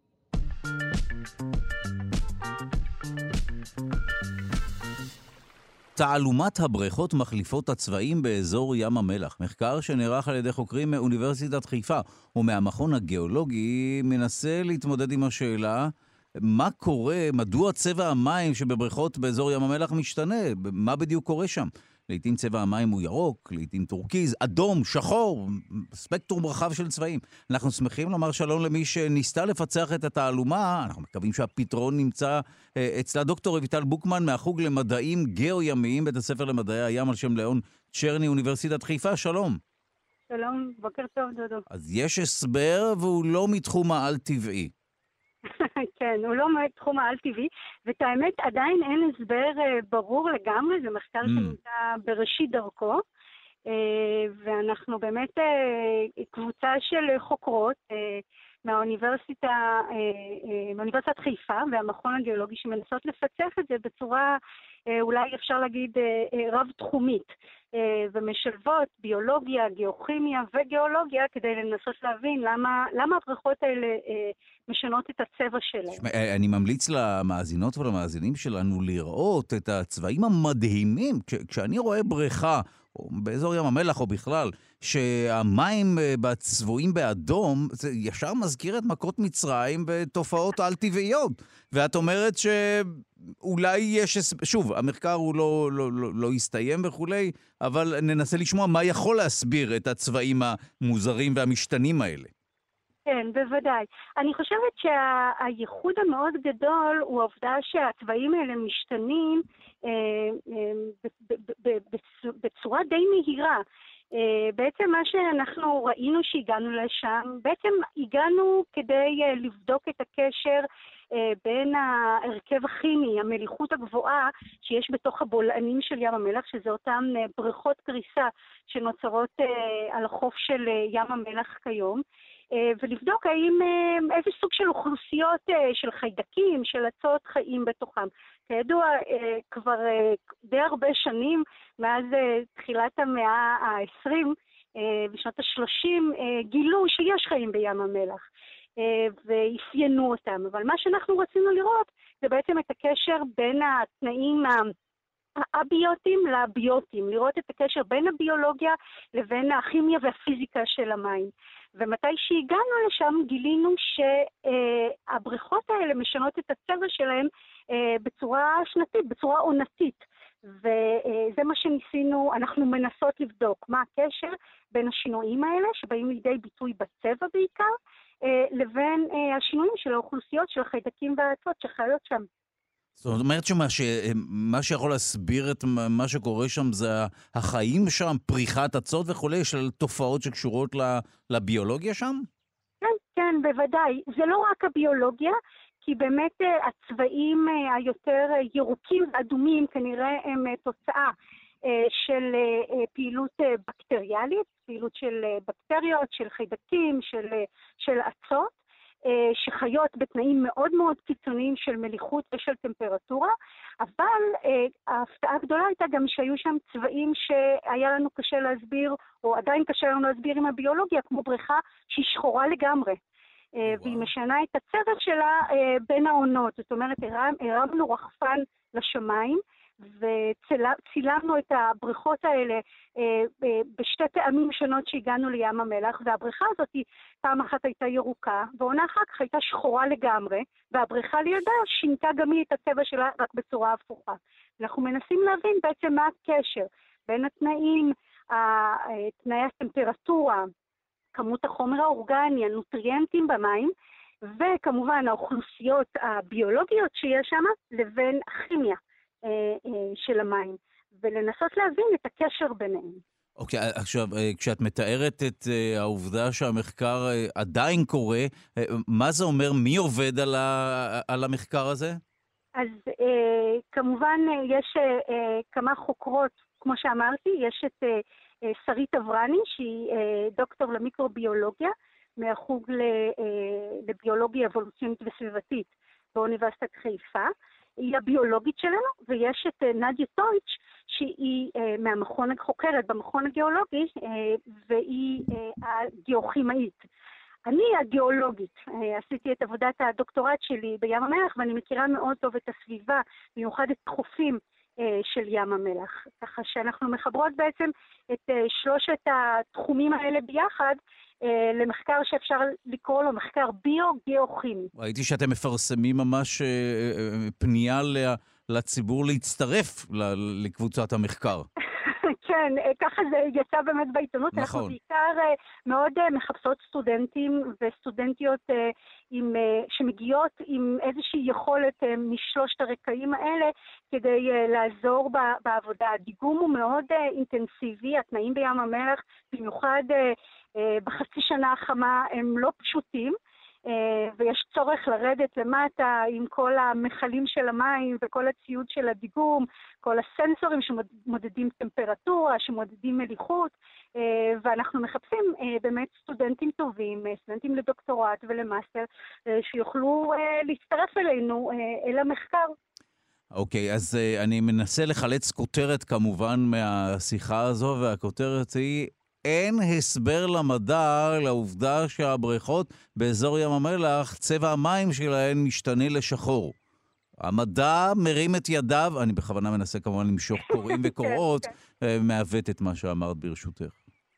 תעלומת הבריכות מחליפות הצבעים באזור ים המלח. מחקר שנערך על ידי חוקרים מאוניברסיטת חיפה ומהמכון הגיאולוגי מנסה להתמודד עם השאלה מה קורה, מדוע צבע המים שבבריכות באזור ים המלח משתנה, מה בדיוק קורה שם. לעתים צבע המים הוא ירוק, לעתים טורקיז, אדום, שחור, ספקטרום רחב של צבעים. אנחנו שמחים לומר שלום למי שניסתה לפצח את התעלומה, אנחנו מקווים שהפתרון נמצא אצלה דוקטור רויטל בוקמן מהחוג למדעים גאו-ימיים, בית הספר למדעי הים על שם לאון צ'רני, אוניברסיטת חיפה, שלום. שלום, בוקר טוב דודו. אז יש הסבר והוא לא מתחום העל-טבעי. כן, הוא לא מתחום העל-טבעי, ואת האמת עדיין אין הסבר ברור לגמרי, זה מחקר mm. שנמצא בראשית דרכו, ואנחנו באמת קבוצה של חוקרות מהאוניברסיטה, מהאוניברסיטת חיפה והמכון הגיאולוגי שמנסות לפצח את זה בצורה אולי אפשר להגיד רב-תחומית, ומשלבות ביולוגיה, גיאוכימיה וגיאולוגיה כדי לנסות להבין למה, למה הבריכות האלה משנות את הצבע שלהם. אני ממליץ למאזינות ולמאזינים שלנו לראות את הצבעים המדהימים. כשאני רואה בריכה, או באזור ים המלח או בכלל, שהמים בצבועים באדום, זה ישר מזכיר את מכות מצרים בתופעות על-טבעיות. ואת אומרת שאולי יש, שוב, המחקר הוא לא, לא, לא, לא יסתיים וכולי, אבל ננסה לשמוע מה יכול להסביר את הצבעים המוזרים והמשתנים האלה. כן, בוודאי. אני חושבת שהייחוד המאוד גדול הוא העובדה שהצבעים האלה משתנים בצורה די מהירה. בעצם מה שאנחנו ראינו שהגענו לשם, בעצם הגענו כדי לבדוק את הקשר בין ההרכב הכימי, המליחות הגבוהה שיש בתוך הבולענים של ים המלח, שזה אותן בריכות קריסה שנוצרות על החוף של ים המלח כיום, ולבדוק האם איזה סוג של אוכלוסיות של חיידקים, של עצות חיים בתוכם. כידוע, כבר די הרבה שנים, מאז תחילת המאה ה-עשרים, בשנות ה-שלושים, גילו שיש חיים בים המלח, ואפיינו אותם. אבל מה שאנחנו רצינו לראות, זה בעצם את הקשר בין התנאים הביוטיים לביוטיים, לראות את הקשר בין הביולוגיה לבין הכימיה והפיזיקה של המים. ומתי שהגענו לשם גילינו שהבריכות האלה משנות את הצבע שלהם בצורה שנתית, בצורה עונתית. וזה מה שניסינו, אנחנו מנסות לבדוק מה הקשר בין השינויים האלה שבאים לידי ביטוי בצבע בעיקר, לבין השינויים של האוכלוסיות של החיידקים והאצות שחיות שם. זאת אומרת שמה ש... מה שיכול להסביר את מה שקורה שם זה החיים שם, פריחת עצות וכולי, של תופעות שקשורות לביולוגיה שם? כן, כן, בוודאי. זה לא רק הביולוגיה, כי באמת הצבעים היותר ירוקים ואדומים כנראה הם תוצאה של פעילות בקטריאלית, פעילות של בקטריות, של חיידקים, של, של עצות, שחיות בתנאים מאוד מאוד קיצוניים של מליחות ושל טמפרטורה, אבל ההפתעה הגדולה הייתה גם שהיו שם צבעים שהיה לנו קשה להסביר, או עדיין קשה לנו להסביר עם הביולוגיה, כמו בריכה שהיא שחורה לגמרי. והיא משנה את הצבע שלה בין העונות, זאת אומרת, הרמנו רחפן לשמיים, וצילמנו את הבריכות האלה בשתי פעמים שונות שהגענו לים המלח, והבריכה הזאת פעם אחת הייתה ירוקה, ועונה אחר כך הייתה שחורה לגמרי, והבריכה לידה שינתה גם היא את הצבע שלה רק בצורה הפוכה. אנחנו מנסים להבין בעצם מה הקשר בין התנאים, תנאי הטמפרטורה, כמות החומר האורגני, הנוטריאנטים במים, וכמובן האוכלוסיות הביולוגיות שיש שם, לבין הכימיה של המים, ולנסות להבין את הקשר ביניהם. אוקיי, עכשיו, כשאת מתארת את העובדה שהמחקר עדיין קורה, מה זה אומר? מי עובד על, ה... על המחקר הזה? אז כמובן יש כמה חוקרות, כמו שאמרתי, יש את שרית אברני, שהיא דוקטור למיקרוביולוגיה, מהחוג לביולוגיה אבולוציונית וסביבתית באוניברסיטת חיפה. היא הביולוגית שלנו, ויש את נדיה טויץ' שהיא מהמכון החוקרת במכון הגיאולוגי, והיא הגיאוכימאית. אני הגיאולוגית, עשיתי את עבודת הדוקטורט שלי בים המלח, ואני מכירה מאוד טוב את הסביבה, במיוחד את תחופים של ים המלח. ככה שאנחנו מחברות בעצם את שלושת התחומים האלה ביחד, למחקר שאפשר לקרוא לו מחקר ביו-גיאוכימי. ראיתי שאתם מפרסמים ממש פנייה לציבור להצטרף לקבוצת המחקר. כן, ככה זה יצא באמת בעיתונות. נכון. אנחנו בעיקר מאוד מחפשות סטודנטים וסטודנטיות עם, שמגיעות עם איזושהי יכולת משלושת הרקעים האלה כדי לעזור בעבודה. הדיגום הוא מאוד אינטנסיבי, התנאים בים המלח, במיוחד בחצי שנה החמה הם לא פשוטים, ויש צורך לרדת למטה עם כל המחלים של המים וכל הציוד של הדיגום, כל הסנסורים שמודדים טמפרטורה, שמודדים מליחות, ואנחנו מחפשים באמת סטודנטים טובים, סטודנטים לדוקטורט ולמאסטר, שיוכלו להצטרף אלינו, אל המחקר. אוקיי, אז uh, אני מנסה לחלץ כותרת כמובן מהשיחה הזו, והכותרת היא: אין הסבר למדע לעובדה שהבריכות באזור ים המלח, צבע המים שלהן משתנה לשחור. המדע מרים את ידיו, אני בכוונה מנסה כמובן למשוך קוראים וקוראות, מעוות את מה שאמרת ברשותך.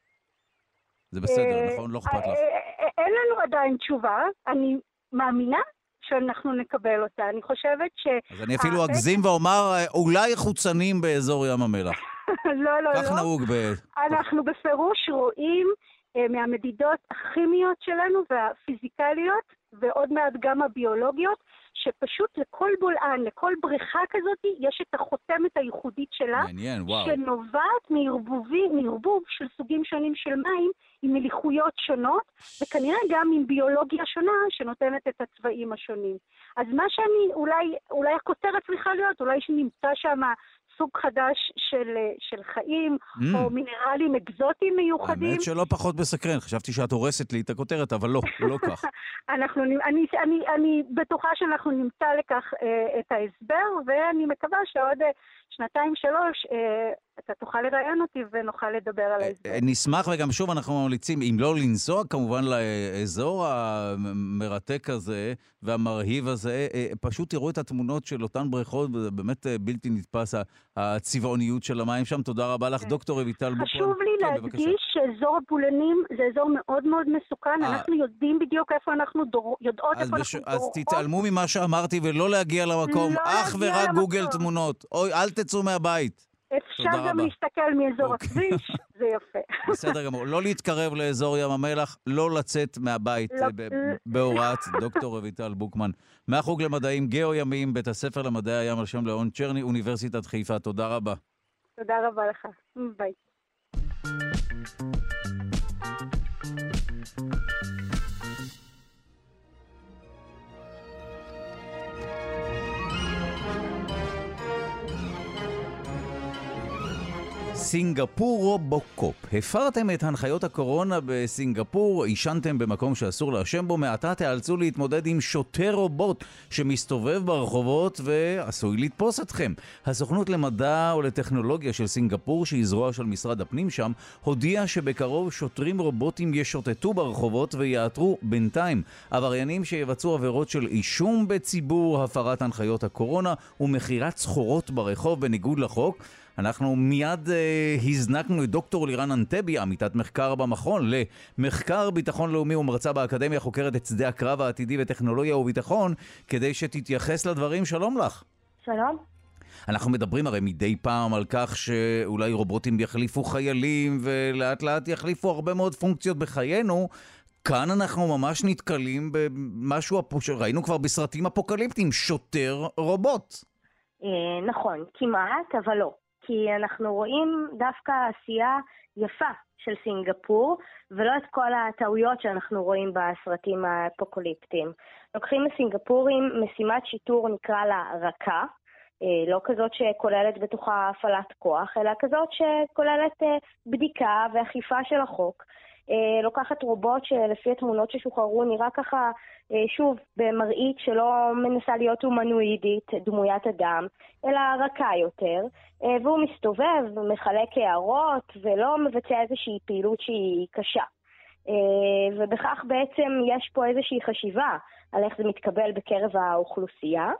זה בסדר, נכון? לא אכפת לך. אין לנו עדיין תשובה, אני מאמינה שאנחנו נקבל אותה. אני חושבת ש... אז אני אפילו אגזים ואומר, אולי חוצנים באזור ים המלח. לא, לא, לא. כך נהוג ב... אנחנו בפירוש רואים מהמדידות הכימיות שלנו והפיזיקליות, ועוד מעט גם הביולוגיות, שפשוט לכל בולען, לכל בריכה כזאת, יש את החותמת הייחודית שלה, מעניין, וואו. שנובעת מערבובי, מערבוב של סוגים שונים של מים, עם מליחויות שונות, וכנראה גם עם ביולוגיה שונה, שנותנת את הצבעים השונים. אז מה שאני, אולי, אולי הכותרת צריכה להיות, אולי שנמצא שם סוג חדש של, של חיים, mm. או מינרלים אקזוטיים מיוחדים. האמת שלא פחות בסקרן, חשבתי שאת הורסת לי את הכותרת, אבל לא, לא כך. אנחנו, אני, אני, אני בטוחה שאנחנו נמצא לכך אה, את ההסבר, ואני מקווה שעוד אה, שנתיים שלוש אה, אתה תוכל לראיין אותי ונוכל לדבר על ההסבר. אה, נשמח, וגם שוב אנחנו ממליצים, אם לא לנסוע כמובן לאזור המרתק הזה והמרהיב הזה, אה, פשוט תראו את התמונות של אותן בריכות, וזה באמת אה, בלתי נתפס הצבעוניות של המים שם. תודה רבה לך, דוקטור רויטל בוקמן. חשוב לי כן, להדגיש בבקשה. שאזור הפולנים זה אזור מאוד מאוד מסוכן, אנחנו יודעים בדיוק איפה אנחנו דור... יודעות איפה בש... אנחנו אז דורות. תתעלמו ממה שאמרתי ולא להגיע למקום, לא אך להגיע ורק למקום. גוגל תמונות. אוי, אל תצאו מהבית. אפשר תודה גם רבה. להסתכל מאזור אוקיי. הכביש, זה יפה. בסדר גמור. לא להתקרב לאזור ים המלח, לא לצאת מהבית לא- ב- בהוראת דוקטור רויטל בוקמן. מהחוג למדעים גיאו-ימיים, בית הספר למדעי הים על שם לאון צ'רני, אוניברסיטת חיפה. תודה רבה. תודה רבה לך. ביי. סינגפור רובוקופ. הפרתם את הנחיות הקורונה בסינגפור, עישנתם במקום שאסור לעשן בו, מעתה תיאלצו להתמודד עם שוטר רובוט שמסתובב ברחובות ועשוי לתפוס אתכם. הסוכנות למדע ולטכנולוגיה של סינגפור, שהיא זרוע של משרד הפנים שם, הודיעה שבקרוב שוטרים רובוטים ישוטטו ברחובות ויעתרו בינתיים עבריינים שיבצעו עבירות של אישום בציבור, הפרת הנחיות הקורונה ומחירת סחורות ברחוב בניגוד לחוק. אנחנו מיד אה, הזנקנו את דוקטור לירן אנטבי, עמיתת מחקר במכון למחקר ביטחון לאומי ומרצה באקדמיה, חוקרת את שדה הקרב העתידי וטכנולוגיה וביטחון, כדי שתתייחס לדברים. שלום לך. שלום. אנחנו מדברים הרי מדי פעם על כך שאולי רובוטים יחליפו חיילים ולאט לאט יחליפו הרבה מאוד פונקציות בחיינו. כאן אנחנו ממש נתקלים במשהו שראינו כבר בסרטים אפוקליפטיים, שוטר רובוט. אה, נכון, כמעט, אבל לא. כי אנחנו רואים דווקא עשייה יפה של סינגפור, ולא את כל הטעויות שאנחנו רואים בסרטים האפוקליפטיים. לוקחים לסינגפורים משימת שיטור, נקרא לה רכה, לא כזאת שכוללת בתוכה הפעלת כוח, אלא כזאת שכוללת בדיקה ואכיפה של החוק. לוקחת רובוט שלפי התמונות ששוחררו נראה ככה, שוב, במראית שלא מנסה להיות אומנואידית, דמוית אדם, אלא רכה יותר, והוא מסתובב, מחלק הערות ולא מבצע איזושהי פעילות שהיא קשה. ובכך בעצם יש פה איזושהי חשיבה על איך זה מתקבל בקרב האוכלוסייה,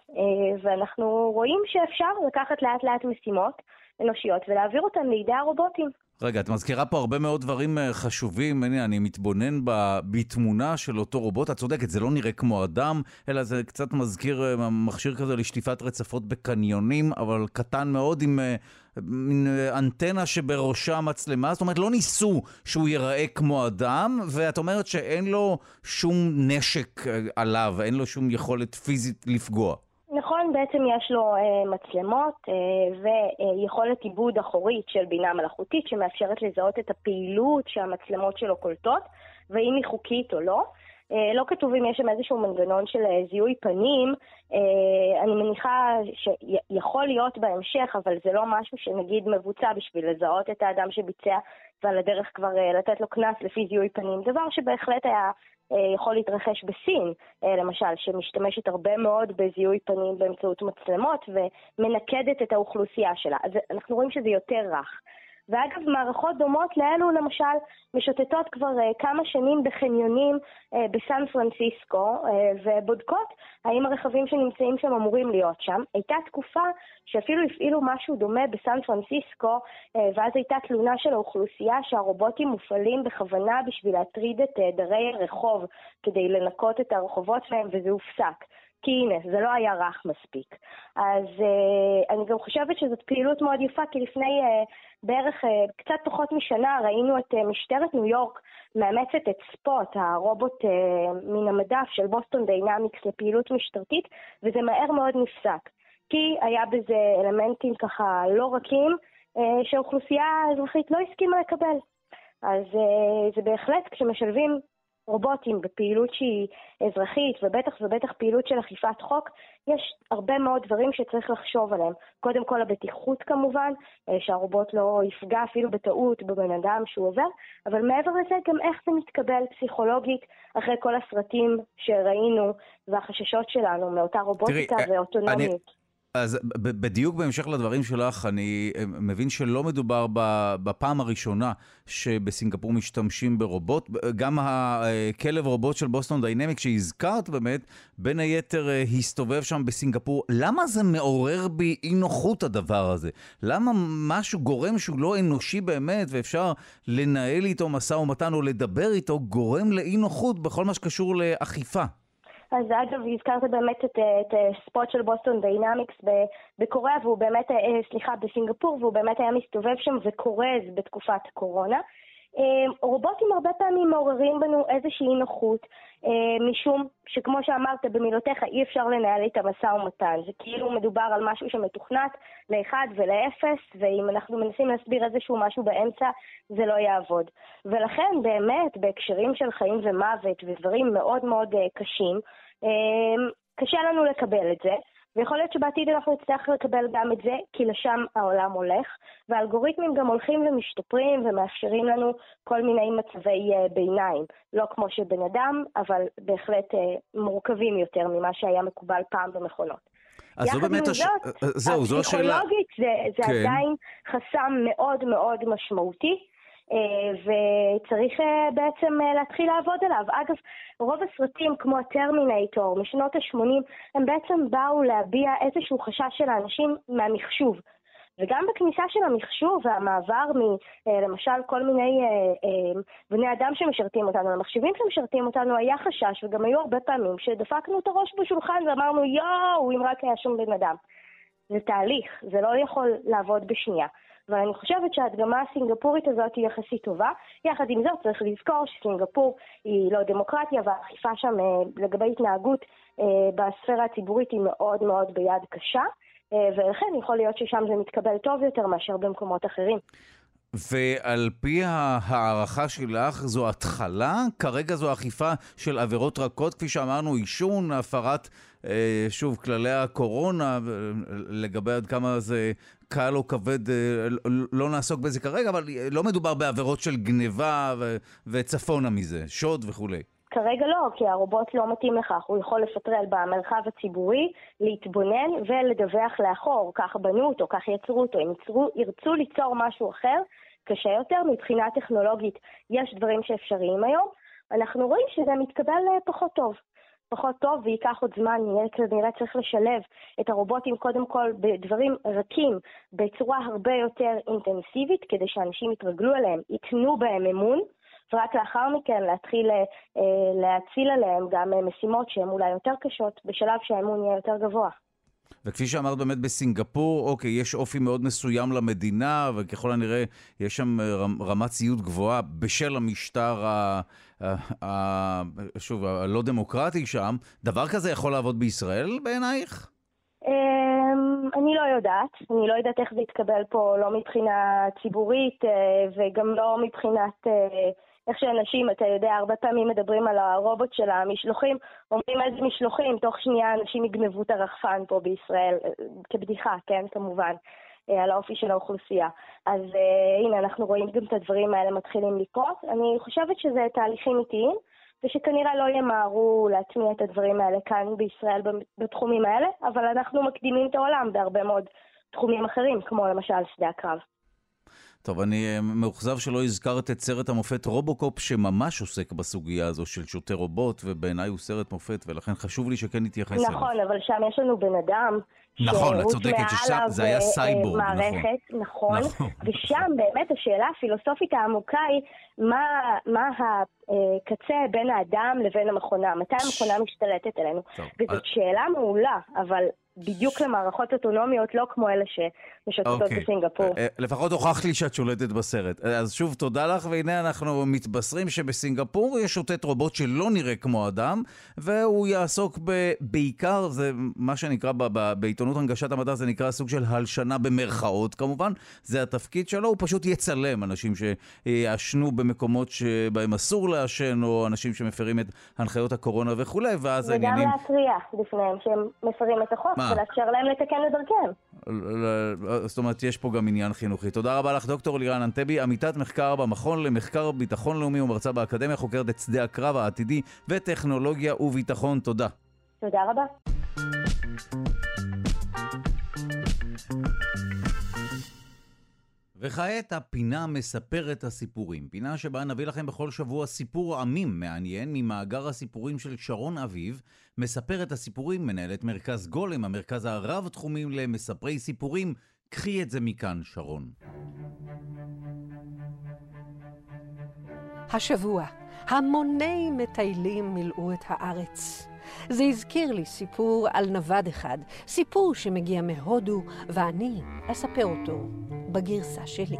ואנחנו רואים שאפשר לקחת לאט לאט משימות אנושיות ולהעביר אותן לידי הרובוטים. רגע, את מזכירה פה הרבה מאוד דברים חשובים. אני, אני מתבונן בתמונה של אותו רובוט. את צודקת, זה לא נראה כמו אדם, אלא זה קצת מזכיר מכשיר כזה לשטיפת רצפות בקניונים, אבל קטן מאוד עם מין אנטנה שבראשה מצלמה. זאת אומרת, לא ניסו שהוא ייראה כמו אדם, ואת אומרת שאין לו שום נשק עליו, אין לו שום יכולת פיזית לפגוע. נכון, בעצם יש לו אה, מצלמות אה, ויכולת עיבוד אחורית של בינה מלאכותית שמאפשרת לזהות את הפעילות שהמצלמות שלו קולטות, ואם היא חוקית או לא. אה, לא כתוב אם יש שם איזשהו מנגנון של אה, זיהוי פנים, אה, אני מניחה שיכול להיות בהמשך, אבל זה לא משהו שנגיד מבוצע בשביל לזהות את האדם שביצע, ועל הדרך כבר אה, לתת לו קנס לפי זיהוי פנים, דבר שבהחלט היה יכול להתרחש בסין, למשל, שמשתמשת הרבה מאוד בזיהוי פנים באמצעות מצלמות ומנקדת את האוכלוסייה שלה. אז אנחנו רואים שזה יותר רך. ואגב, מערכות דומות לאלו, למשל, משוטטות כבר כמה שנים בחניונים בסן פרנסיסקו ובודקות האם הרכבים שנמצאים שם אמורים להיות שם. הייתה תקופה שאפילו הפעילו משהו דומה בסן פרנסיסקו, ואז הייתה תלונה של האוכלוסייה שהרובוטים מופעלים בכוונה בשביל להטריד את דרי הרחוב כדי לנקות את הרחובות שלהם, וזה הופסק. כי הנה, זה לא היה רך מספיק. אז אה, אני גם חושבת שזאת פעילות מאוד יפה, כי לפני אה, בערך אה, קצת פחות משנה ראינו את אה, משטרת ניו יורק מאמצת את ספוט, הרובוט אה, מן המדף של בוסטון דיינמיקס לפעילות משטרתית, וזה מהר מאוד נפסק. כי היה בזה אלמנטים ככה לא רכים, אה, שהאוכלוסייה האזרחית לא הסכימה לקבל. אז אה, זה בהחלט כשמשלבים רובוטים בפעילות שהיא אזרחית, ובטח ובטח פעילות של אכיפת חוק, יש הרבה מאוד דברים שצריך לחשוב עליהם. קודם כל הבטיחות כמובן, שהרובוט לא יפגע אפילו בטעות בבן אדם שהוא עובר, אבל מעבר לזה גם איך זה מתקבל פסיכולוגית אחרי כל הסרטים שראינו והחששות שלנו מאותה רובוטיקה ואוטונומיות. אני... אז בדיוק בהמשך לדברים שלך, אני מבין שלא מדובר בפעם הראשונה שבסינגפור משתמשים ברובוט. גם הכלב רובוט של בוסטון דיינמיק שהזכרת באמת, בין היתר הסתובב שם בסינגפור. למה זה מעורר בי אי נוחות הדבר הזה? למה משהו גורם שהוא לא אנושי באמת ואפשר לנהל איתו משא ומתן או לדבר איתו גורם לאי נוחות בכל מה שקשור לאכיפה? אז אגב, הזכרת באמת את, את ספוט של בוסטון דיינמיקס בקוריאה, והוא באמת, סליחה, בסינגפור, והוא באמת היה מסתובב שם וקורז בתקופת הקורונה. רובוטים הרבה פעמים מעוררים בנו איזושהי נוחות, משום שכמו שאמרת במילותיך אי אפשר לנהל את המשא ומתן. זה כאילו מדובר על משהו שמתוכנת לאחד ולאפס, ואם אנחנו מנסים להסביר איזשהו משהו באמצע, זה לא יעבוד. ולכן באמת בהקשרים של חיים ומוות ודברים מאוד מאוד קשים, קשה לנו לקבל את זה. ויכול להיות שבעתיד אנחנו נצטרך לקבל גם את זה, כי לשם העולם הולך, והאלגוריתמים גם הולכים ומשתפרים ומאפשרים לנו כל מיני מצבי ביניים. לא כמו שבן אדם, אבל בהחלט מורכבים יותר ממה שהיה מקובל פעם במכונות. אז זו באמת יחד עם זאת, זהו, זו השאלה. הפסיכולוגית זה, זה כן. עדיין חסם מאוד מאוד משמעותי, וצריך בעצם להתחיל לעבוד עליו. אגב, רוב הסרטים כמו הטרמינטור משנות ה-שמונים, הם בעצם באו להביע איזשהו חשש של האנשים מהמחשוב. וגם בכניסה של המחשוב והמעבר מלמשל כל מיני בני אדם שמשרתים אותנו, למחשבים שמשרתים אותנו, היה חשש, וגם היו הרבה פעמים שדפקנו את הראש בשולחן ואמרנו, יואו, אם רק היה שום בן אדם. זה תהליך, זה לא יכול לעבוד בשנייה. אבל אני חושבת שההדגמה הסינגפורית הזאת היא יחסית טובה. יחד עם זאת צריך לזכור שסינגפור היא לא דמוקרטיה, והאכיפה שם לגבי התנהגות בספירה הציבורית היא מאוד מאוד ביד קשה, ולכן יכול להיות ששם זה מתקבל טוב יותר מאשר במקומות אחרים. ועל פי הערכה שלך, זו התחלה? כרגע זו אכיפה של עבירות רכות, כפי שאמרנו, עישון, הפרת, שוב, כללי הקורונה, לגבי עד כמה זה קל או כבד, לא נעסוק בזה כרגע, אבל לא מדובר בעבירות של גניבה וצפונה מזה, שוד וכולי. כרגע לא, כי הרובוט לא מתאים לכך. הוא יכול לפטרל במרחב הציבורי, להתבונן ולדווח לאחור. כך בנו אותו, כך יצרו אותו. אם יצרו, ירצו ליצור משהו אחר, קשה יותר. מבחינה טכנולוגית יש דברים שאפשריים היום. אנחנו רואים שזה מתקבל פחות טוב. פחות טוב, וייקח עוד זמן. נראה צריך לשלב את הרובוטים קודם כל בדברים רכים, בצורה הרבה יותר אינטנסיבית, כדי שאנשים יתרגלו עליהם, יתנו בהם אמון, ורק לאחר מכן להתחיל אה, להציל עליהם גם אה, משימות שהן אולי יותר קשות, בשלב שהאמון יהיה יותר גבוה. וכפי שאמרת באמת בסינגפור, אוקיי, יש אופי מאוד מסוים למדינה, וככל הנראה יש שם רמת ציות גבוהה בשל המשטר ה, ה, ה, שוב, הלא דמוקרטי שם. דבר כזה יכול לעבוד בישראל בעינייך? אני לא יודעת, אני לא יודעת איך זה יתקבל פה, לא מבחינה ציבורית וגם לא מבחינת איך שאנשים, אתה יודע, הרבה פעמים מדברים על הרובוט של המשלוחים, אומרים איזה משלוחים, תוך שנייה אנשים יגנבו את הרחפן פה בישראל, כבדיחה, כן, כמובן, על האופי של האוכלוסייה. אז הנה, אנחנו רואים גם את הדברים האלה מתחילים לקרות. אני חושבת שזה תהליכים איטיים, ושכנראה לא ימהרו להטמיע את הדברים האלה כאן בישראל בתחומים האלה, אבל אנחנו מקדימים את העולם בהרבה מאוד תחומים אחרים, כמו למשל שדה הקרב. טוב, אני מאוכזב שלא הזכרת את סרט המופת רובוקופ, שממש עוסק בסוגיה הזו של שוטר רובוט, ובעיניי הוא סרט מופת, ולכן חשוב לי שכן נתייחס אליו. נכון, אבל שם יש לנו בן אדם, נכון, את צודקת, זה היה סייבורג, מערכת, נכון, ושם באמת השאלה הפילוסופית העמוקה היא, מה הקצה בין האדם לבין המכונה, מתי המכונה משתלטת אלינו, וזאת שאלה מעולה, אבל בדיוק למערכות אוטונומיות, לא כמו אלה שמשוטטות בסינגפור. לפחות הוכחת לי שאת שולטת בסרט. אז שוב, תודה לך, והנה אנחנו מתבשרים שבסינגפור יש שוטט רובוט שלא נראה כמו אדם, והוא יעסוק בעיקר, זה מה שנקרא בעיתונות הנגשת המדע, זה נקרא סוג של הלשנה במרכאות, כמובן. זה התפקיד שלו, הוא פשוט יצלם אנשים שיעשנו במקומות שבהם אסור לעשן, או אנשים שמפרים את הנחיות הקורונה וכו', ואז העניינים... וגם להתריע לפניהם שהם מפרים את החוק. ולאפשר להם לתקן לדרכם. זאת אומרת, יש פה גם עניין חינוכי. תודה רבה לך, דוקטור לירן אנטבי, עמיתת מחקר במכון למחקר ביטחון לאומי ומרצה באקדמיה, חוקרת את שדה הקרב העתידי וטכנולוגיה וביטחון. תודה. תודה רבה. וכעת הפינה מספרת הסיפורים, פינה שבה נביא לכם בכל שבוע סיפור עמים מעניין ממאגר הסיפורים של שרון אביב. מספרת הסיפורים מנהלת מרכז גולם, המרכז הרב-תחומים למספרי סיפורים. קחי את זה מכאן, שרון. השבוע המוני מטיילים מילאו את הארץ. זה הזכיר לי סיפור על נווד אחד, סיפור שמגיע מהודו, ואני אספר אותו בגרסה שלי.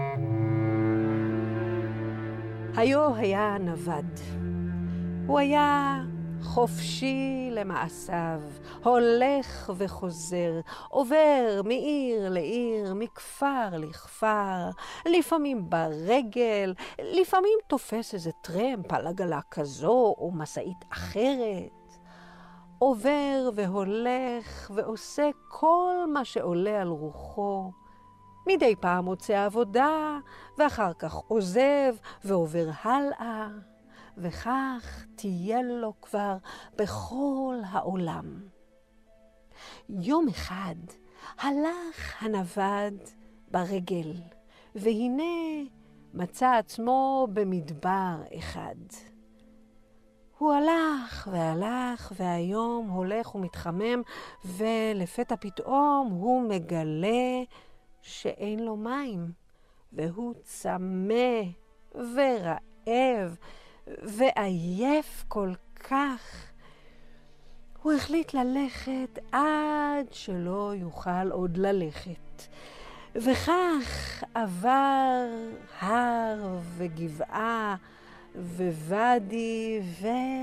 היו היה נווד. הוא היה חופשי למעשיו, הולך וחוזר, עובר מעיר לעיר, מכפר לכפר, לפעמים ברגל, לפעמים תופס איזה טרמפ על עגלה כזו או מסעית אחרת. עובר והולך ועושה כל מה שעולה על רוחו. מדי פעם מוצא עבודה, ואחר כך עוזב ועובר הלאה, וכך תהיה לו כבר בכל העולם. יום אחד הלך הנווד ברגל, והנה מצא עצמו במדבר אחד. הוא הלך והלך, והיום הולך ומתחמם, ולפתע פתאום הוא מגלה שאין לו מים, והוא צמא ורעב ועייף כל כך. הוא החליט ללכת עד שלא יוכל עוד ללכת. וכך עבר הר וגבעה וואדי,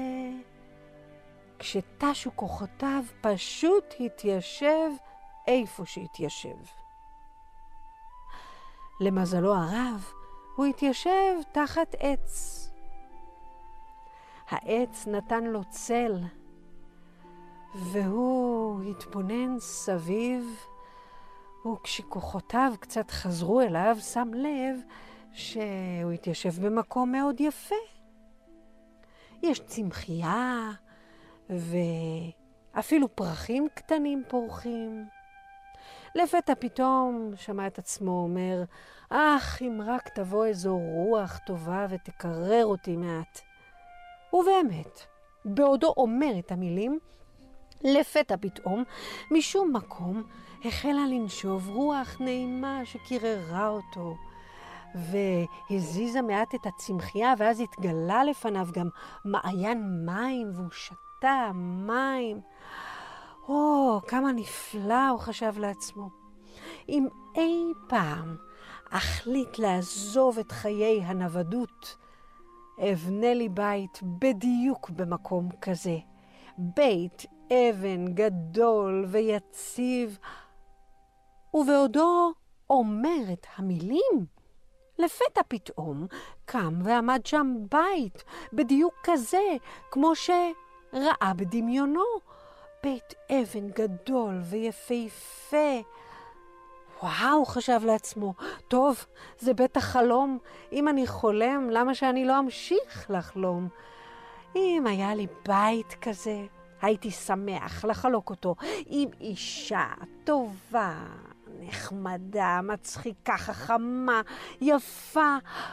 וכשתשו כוחותיו פשוט התיישב איפה שהתיישב. למזלו הרב, הוא התיישב תחת עץ. העץ נתן לו צל, והוא התבונן סביב, וכשכוחותיו קצת חזרו אליו, שם לב שהוא התיישב במקום מאוד יפה. יש צמחייה, ואפילו פרחים קטנים פורחים. לפתע פתאום שמע את עצמו אומר, אך אם רק תבוא איזו רוח טובה ותקרר אותי מעט. ובאמת, בעודו אומר את המילים, לפתע פתאום, משום מקום, החלה לנשוב רוח נעימה שקיררה אותו, והזיזה מעט את הצמחייה, ואז התגלה לפניו גם מעיין מים, והוא שתה מים. או, כמה נפלא, הוא חשב לעצמו. אם אי פעם החליט לעזוב את חיי הנוודות, אבנה לי בית בדיוק במקום כזה. בית אבן גדול ויציב. ובעודו אומר את המילים, לפתע פתאום קם ועמד שם בית בדיוק כזה, כמו שראה בדמיונו. בית אבן גדול ויפהפה. וואו, חשב לעצמו, טוב, זה בטח חלום. אם אני חולם, למה שאני לא אמשיך לחלום? אם היה לי בית כזה, הייתי שמח לחלוק אותו עם אישה טובה, נחמדה, מצחיקה, חכמה, יפה.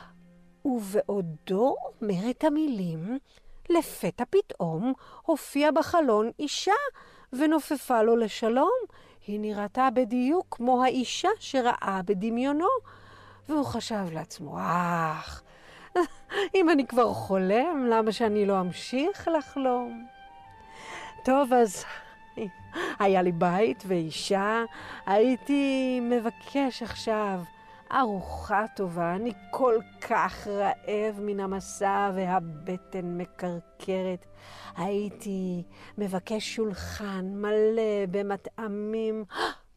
ובעודו אומר את המילים, לפתע פתאום הופיע בחלון אישה ונופפה לו לשלום. היא נראתה בדיוק כמו האישה שראה בדמיונו. והוא חשב לעצמו, אך, אם אני כבר חולם, למה שאני לא אמשיך לחלום? טוב, אז היה לי בית ואישה, הייתי מבקש עכשיו ארוחה טובה, אני כל כך רעב מן המסע והבטן מקרקרת. הייתי מבקש שולחן מלא במטעמים.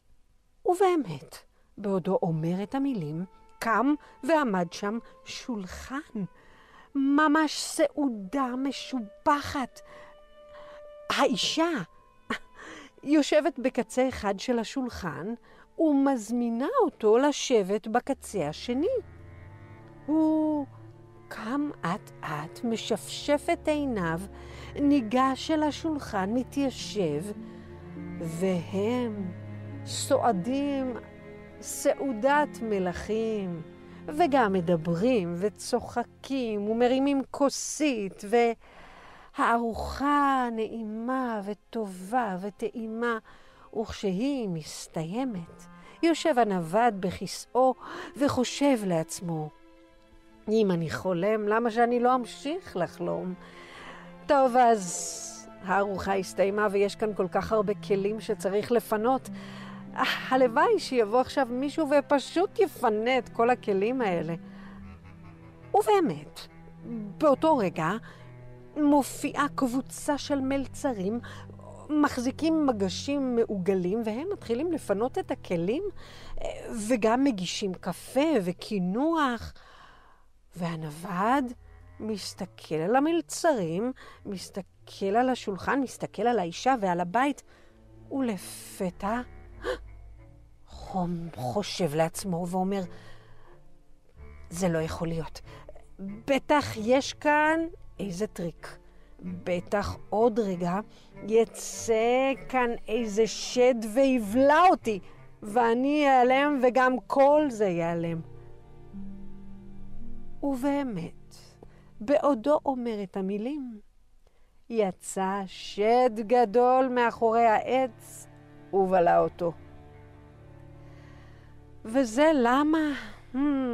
ובאמת, בעודו אומר את המילים, קם ועמד שם שולחן, ממש סעודה משובחת. האישה יושבת בקצה אחד של השולחן ומזמינה אותו לשבת בקצה השני. הוא קם עט עט, משפשף את עיניו, ניגש אל השולחן, מתיישב, והם סועדים סעודת מלכים, וגם מדברים וצוחקים ומרימים כוסית, והארוחה נעימה וטובה וטעימה. וכשהיא מסתיימת, יושב הנווד בכיסאו וחושב לעצמו, אם אני חולם, למה שאני לא אמשיך לחלום? טוב, אז הארוחה הסתיימה ויש כאן כל כך הרבה כלים שצריך לפנות. הלוואי שיבוא עכשיו מישהו ופשוט יפנה את כל הכלים האלה. ובאמת, באותו רגע מופיעה קבוצה של מלצרים, מחזיקים מגשים מעוגלים, והם מתחילים לפנות את הכלים, וגם מגישים קפה וקינוח. והנווד מסתכל על המלצרים, מסתכל על השולחן, מסתכל על האישה ועל הבית, ולפתע חום חושב לעצמו ואומר, זה לא יכול להיות. בטח יש כאן איזה טריק. בטח עוד רגע יצא כאן איזה שד ויבלע אותי, ואני אעלם וגם כל זה ייעלם. ובאמת, בעודו אומר את המילים, יצא שד גדול מאחורי העץ ובלע אותו. וזה למה? Hmm,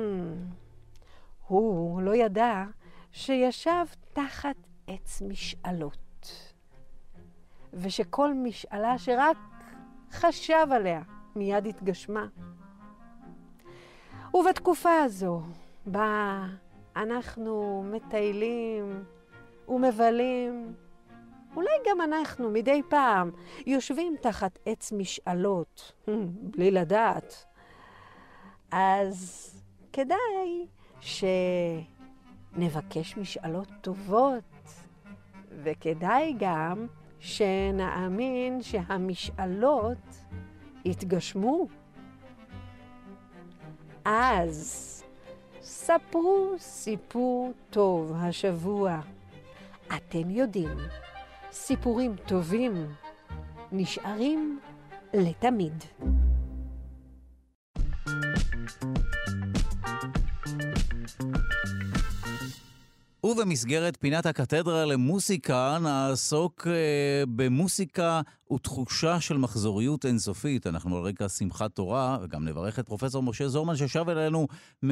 הוא לא ידע שישב תחת עץ משאלות, ושכל משאלה שרק חשב עליה מיד התגשמה. ובתקופה הזו, בה אנחנו מטיילים ומבלים, אולי גם אנחנו מדי פעם יושבים תחת עץ משאלות, בלי לדעת, אז כדאי שנבקש משאלות טובות, וכדאי גם שנאמין שהמשאלות יתגשמו. אז ספרו סיפור טוב השבוע. אתם יודעים, סיפורים טובים נשארים לתמיד. ובמסגרת פינת הקתדרה למוסיקה נעסוק אה, במוסיקה ותחושה של מחזוריות אינסופית. אנחנו על רקע שמחת תורה, וגם נברך את פרופסור משה זורמן ששב אלינו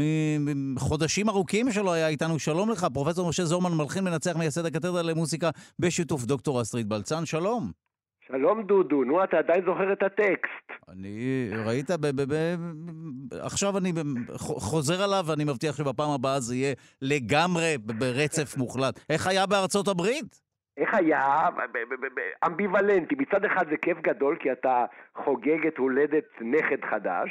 מחודשים ארוכים שלו היה איתנו. שלום לך, פרופסור משה זורמן, מלחין מנצח מייסד הקתדרה למוסיקה בשיתוף דוקטור אסטרית בלצן. שלום. שלום דודו, נו אתה עדיין זוכר את הטקסט. אני ראית, ב- ב- ב- עכשיו אני חוזר עליו ואני מבטיח שבפעם הבאה זה יהיה לגמרי ברצף מוחלט. איך היה בארצות הברית? איך היה? אמביוולנטי. מצד אחד זה כיף גדול כי אתה חוגג את הולדת נכד חדש,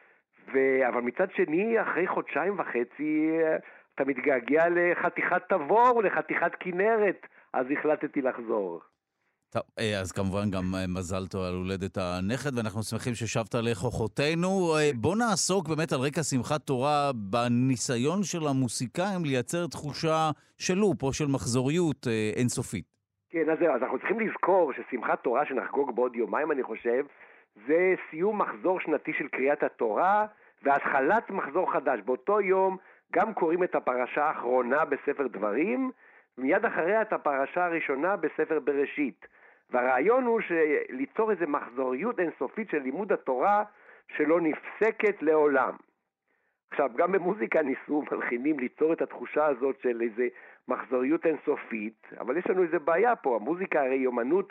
ו... אבל מצד שני אחרי חודשיים וחצי אתה מתגעגע לחתיכת תבור ולחתיכת כנרת, אז החלטתי לחזור. טוב, אז כמובן גם מזל טוב על הולדת הנכד, ואנחנו שמחים ששבת לכוחותינו. בוא נעסוק באמת על רקע שמחת תורה בניסיון של המוסיקאים לייצר תחושה של לופ או של מחזוריות אינסופית. כן, אז, אז אנחנו צריכים לזכור ששמחת תורה שנחגוג בעוד יומיים, אני חושב, זה סיום מחזור שנתי של קריאת התורה והתחלת מחזור חדש. באותו יום גם קוראים את הפרשה האחרונה בספר דברים, ומיד אחריה את הפרשה הראשונה בספר בראשית. והרעיון הוא ליצור איזו מחזוריות אינסופית של לימוד התורה שלא נפסקת לעולם. עכשיו, גם במוזיקה ניסו מלחינים ליצור את התחושה הזאת של איזו מחזוריות אינסופית, אבל יש לנו איזו בעיה פה. המוזיקה הרי היא אומנות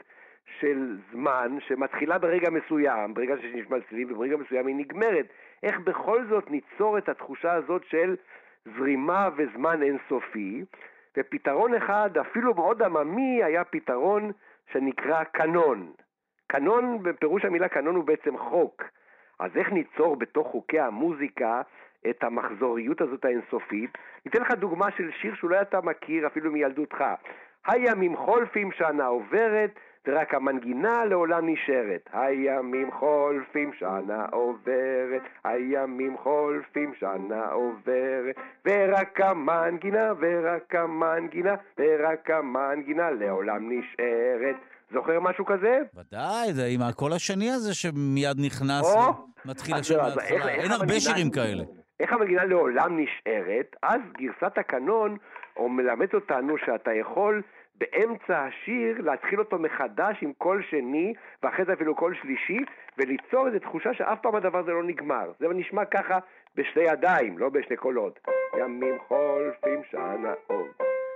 של זמן שמתחילה ברגע מסוים, ברגע שנשמע צליל, וברגע מסוים היא נגמרת. איך בכל זאת ניצור את התחושה הזאת של זרימה וזמן אינסופי? ופתרון אחד, אפילו מאוד עממי, היה פתרון שנקרא קנון. קנון, בפירוש המילה קנון, הוא בעצם חוק. אז איך ניצור בתוך חוקי המוזיקה את המחזוריות הזאת האינסופית? ניתן לך דוגמה של שיר שאולי אתה מכיר אפילו מילדותך. הימים חולפים שנה עוברת, ורק המנגינה לעולם נשארת. הימים חולפים שנה עוברת, הימים חולפים שנה עוברת, ורק המנגינה, ורק המנגינה, ורק המנגינה לעולם נשארת. זוכר משהו כזה? ודאי, זה עם הקול השני הזה שמיד נכנס או, ומתחיל לשיר מההתחלה. אין הרבה שירים כאלה. איך המנגינה לעולם נשארת? אז גרסת הקנון מלמד אותנו שאתה יכול באמצע השיר להתחיל אותו מחדש עם קול שני, ואחרי זה אפילו קול שלישי, וליצור איזו תחושה שאף פעם הדבר הזה לא נגמר. זה נשמע ככה בשתי ידיים, לא בשני קולות. ימים חולפים שנה עוד,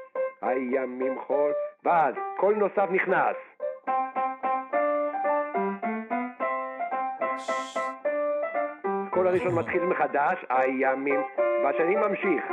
הימים חול... ואז קול נוסף נכנס. קול הראשון מתחיל מחדש, הימים, והשני ממשיך.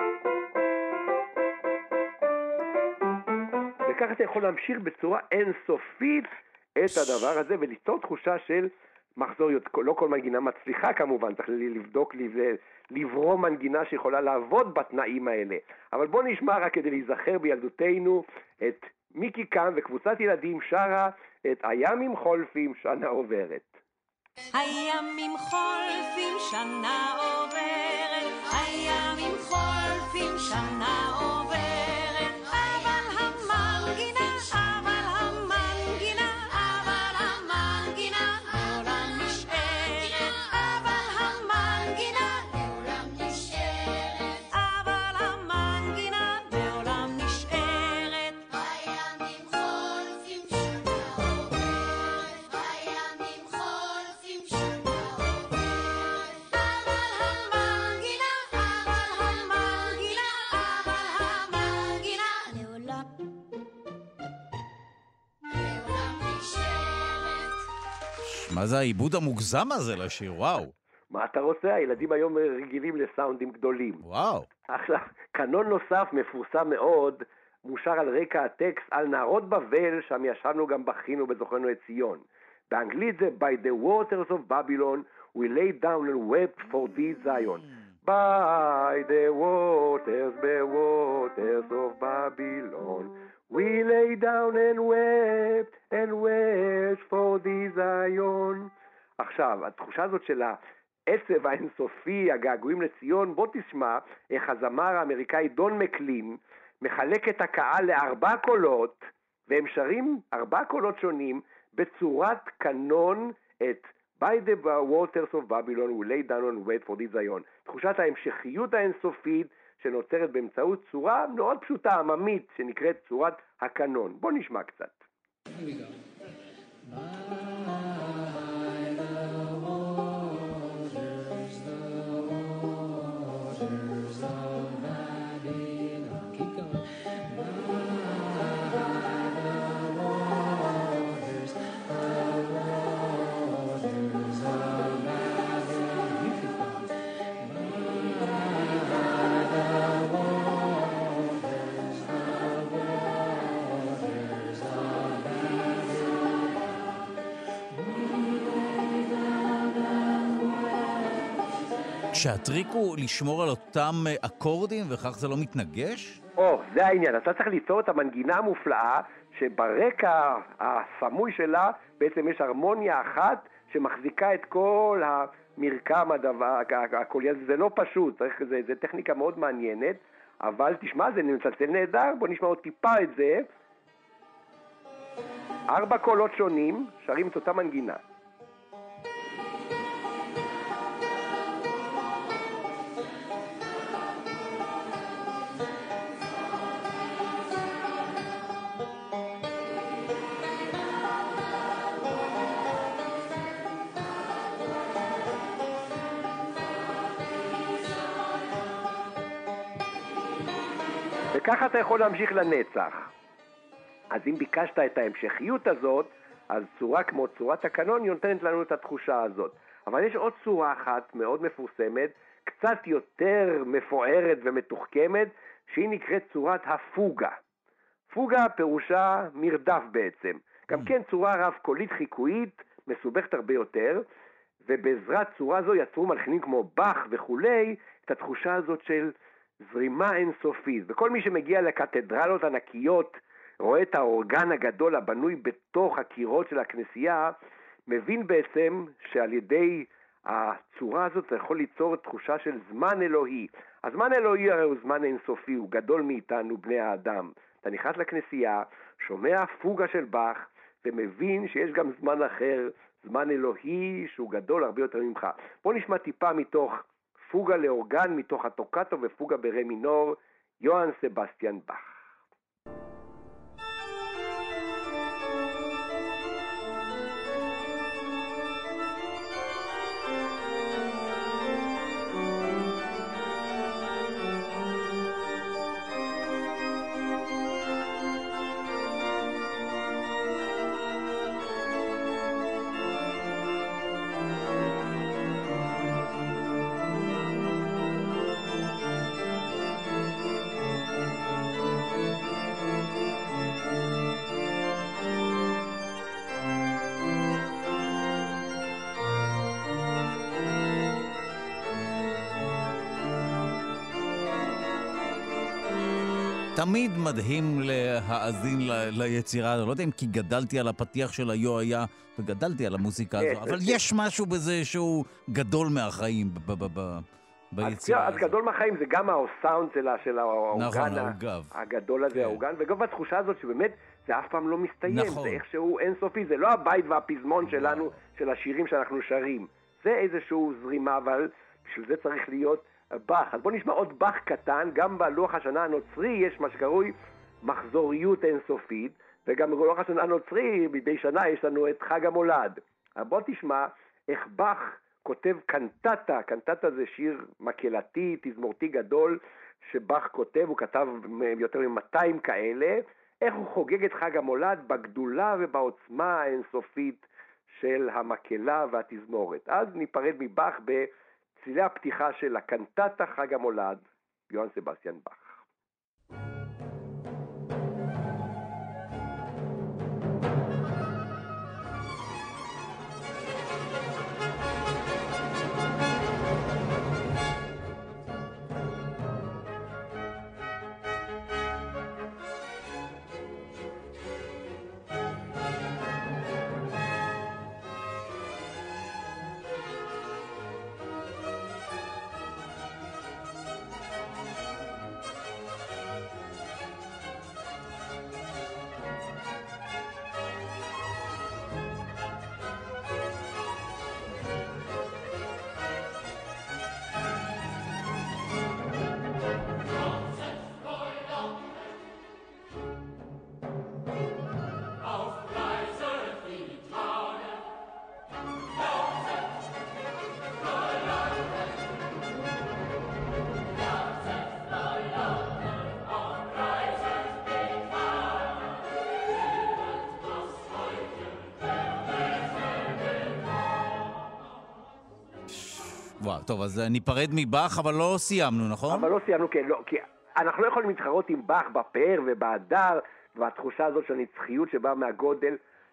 וככה אתה יכול להמשיך בצורה אינסופית את הדבר הזה וליצור תחושה של מחזור, לא כל מנגינה מצליחה כמובן, צריך לבדוק, לברום מנגינה שיכולה לעבוד בתנאים האלה. אבל בוא נשמע רק כדי להיזכר בילדותנו את מיקי קם וקבוצת ילדים שרה את הימים חולפים שנה עוברת. הימים חולפים שנה עוברת, הימים חולפים שנה עוברת, אבל המנגינה, אבל המנגינה, אבל המנגינה לעולם נשארת, אבל המנגינה לעולם נשארת, אבל המנגינה לעולם נשארת. הימים חולפים שנה עוברת, הימים חולפים שנה עוברת, אבל המנגינה, אבל המנגינה, אבל המנגינה לעולם לעולם נשארת. מה זה העיבוד המוגזם הזה לשיר? וואו. מה אתה רוצה? הילדים היום רגילים לסאונדים גדולים. וואו. עכשיו, קנון נוסף מפורסם מאוד, מושר על רקע הטקסט על נהרות בבל, שם ישבנו גם בכינו בזוכרנו את ציון. באנגלית זה By the waters of Babylon we lay down and wept for thee Zion. By the waters, the waters of Babylon we lay down and wept and wept for thee Zion. עכשיו, התחושה הזאת של העצב האינסופי, הגעגועים לציון, בוא תשמע איך הזמר האמריקאי דון מקלין מחלק את הקהל לארבע קולות, והם שרים ארבע קולות שונים בצורת קנון את By the waters of Babylon we lay down and wait for this Zion. תחושת ההמשכיות האינסופית שנוצרת באמצעות צורה מאוד פשוטה, עממית, שנקראת צורת הקנון. בוא נשמע קצת. Here we go. שהטריק הוא לשמור על אותם אקורדים וכך זה לא מתנגש? או, זה העניין. אתה צריך ליצור את המנגינה המופלאה שברקע הסמוי שלה בעצם יש הרמוניה אחת שמחזיקה את כל המרקם הדבר, הקולי הזה. זה לא פשוט, צריך, זה, זה טכניקה מאוד מעניינת, אבל תשמע, זה מצלצל נהדר. בוא נשמע עוד טיפה את זה. ארבע קולות שונים שרים את אותה מנגינה. וככה אתה יכול להמשיך לנצח. אז אם ביקשת את ההמשכיות הזאת, אז צורה כמו צורת הקנון נותנת לנו את התחושה הזאת. אבל יש עוד צורה אחת מאוד מפורסמת, קצת יותר מפוארת ומתוחכמת, שהיא נקראת צורת הפוגה. פוגה פירושה מרדף בעצם. גם כן צורה רב קולית חיקויית, מסובכת הרבה יותר, ובעזרת צורה זו יצרו מלחינים כמו באך וכולי, את התחושה הזאת של זרימה אינסופית. וכל מי שמגיע לקתדרלות ענקיות, רואה את האורגן הגדול הבנוי בתוך הקירות של הכנסייה, מבין בעצם שעל ידי הצורה הזאת אתה יכול ליצור תחושה של זמן אלוהי. הזמן אלוהי הרי הוא זמן אינסופי, הוא גדול מאיתנו בני האדם. אתה נכנס לכנסייה, שומע פוגה של באך, ומבין שיש גם זמן אחר, זמן אלוהי שהוא גדול הרבה יותר ממך. בוא נשמע טיפה מתוך פוגה לאורגן, מתוך הטוקטו ופוגה ברה מינור, יוהאן סבסטיאן באך. תמיד מדהים להאזין ל- ליצירה, אני לא יודע אם כי גדלתי על הפתיח של היו היה, וגדלתי על המוזיקה הזו, אבל יש משהו בזה שהוא גדול מהחיים ב- ב- ב- ביצירה אז הזו. גדול מהחיים זה גם הסאונד של האורגן, נכון, האורגב. הגדול הזה, האורגן, וגם התחושה הזאת שבאמת זה אף פעם לא מסתיים, נכון. זה איכשהו אינסופי, זה לא הבית והפזמון שלנו, של השירים שאנחנו שרים, זה איזשהו זרימה, אבל בשביל זה צריך להיות בח. אז בוא נשמע עוד בח קטן, גם בלוח השנה הנוצרי יש מה שקרוי מחזוריות אינסופית, וגם בלוח השנה הנוצרי, מדי שנה יש לנו את חג המולד. אז בוא תשמע איך בח כותב קנטטה, קנטטה זה שיר מקהלתי, תזמורתי גדול, שבח כותב, הוא כתב יותר מ-מאתיים כאלה, איך הוא חוגג את חג המולד בגדולה ובעוצמה האינסופית של המקהלה והתזמורת. אז ניפרד מבח בצלילי הפתיחה של הקנטטה חג המולד, יוהאן סבסטיאן בח. וואו, טוב, אז ניפרד מבח, אבל לא סיימנו, נכון? אבל לא סיימנו, כן, לא, כי אנחנו לא יכולים להתחרות עם בח בפאר ובהדר, והתחושה הזאת של הנצחיות שבאה מהגודל.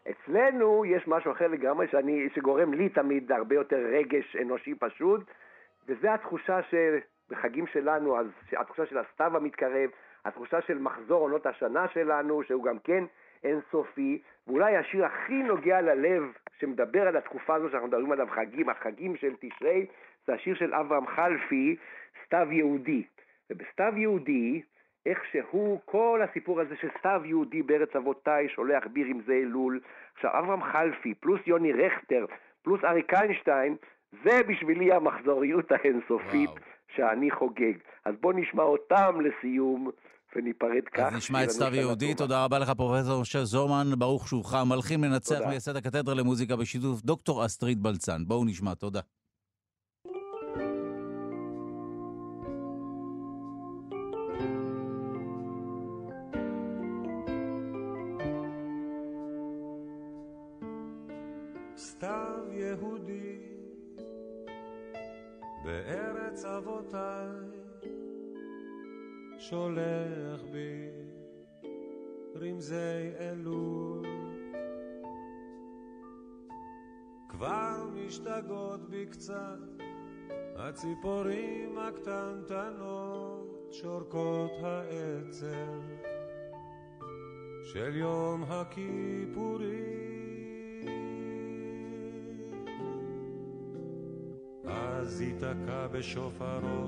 אצלנו יש משהו אחר לגמרי שאני, שגורם לי תמיד הרבה יותר רגש אנושי פשוט, וזה התחושה שבחגים שלנו, אז התחושה של הסתיו המתקרב, התחושה של מחזור עונות השנה שלנו, שהוא גם כן אינסופי, ואולי השיר הכי נוגע ללב שמדבר על התקופה הזו שאנחנו מדברים עליו חגים, החגים של תשרי, זה השיר של אברהם חלפי, סתיו יהודי. ובסתיו יהודי, איך שהוא, כל הסיפור הזה של סתיו יהודי בארץ אבותיי, שולח ביר עם זה אלול. עכשיו, אברהם חלפי, פלוס יוני רכטר, פלוס אריק איינשטיין, זה בשבילי המחזוריות האינסופית וואו. שאני חוגג. אז בוא נשמע אותם לסיום, וניפרד כך. אז נשמע את סתיו יהודי. תודה רבה לך, פרופסור משה זורמן, ברוך שובך. מלחין מנצח מייסד הקתדרה למוזיקה בשיתוף דוקטור אסטרית בלצן. בואו נשמע, תודה. סתיו יהודי בארץ אבותיי שולח בי רמזי אלול, כבר משתגעות בי קצת הציפורים הקטנטנות שורקות העצב של יום הכיפורים. אז ייתקע בשופרו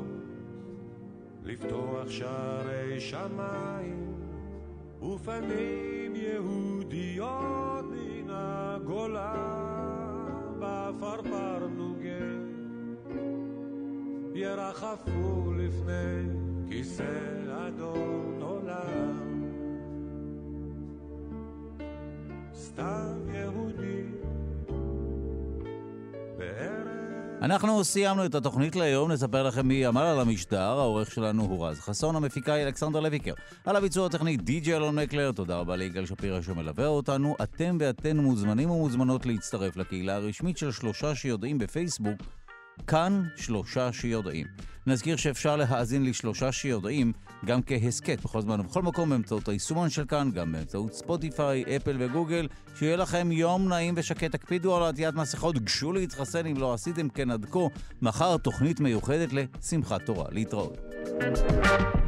לפתוח שערי שמיים, ופנים יהודיות מן הגולה בפרפר נוגה ירחפו לפני כיסא אדון עולם. סתיו יהודי בארץ. אנחנו סיימנו את התוכנית להיום, נספר לכם מי עמל על המשדר. העורך שלנו הוא רז חסון, המפיקה היא אלכסנדר לויקר. על הביצוע הטכני די.ג'יי אלון מקלר. תודה רבה ליגאל שפירא שמלווה אותנו. אתם ואתן מוזמנים ומוזמנות להצטרף לקהילה הרשמית של שלושה שיודעים בפייסבוק, כאן שלושה שיודעים. נזכיר שאפשר להאזין לשלושה שיודעים גם כהסקט בכל זמן ובכל מקום באמצעות היישומון של כאן, גם באמצעות ספוטיפיי, אפל וגוגל. שיהיה לכם יום נעים ושקט. תקפידו על עטיית מסכות, גשו להתחסן אם לא עשיתם כן עד כה. מחר תוכנית מיוחדת לשמחת תורה. להתראות.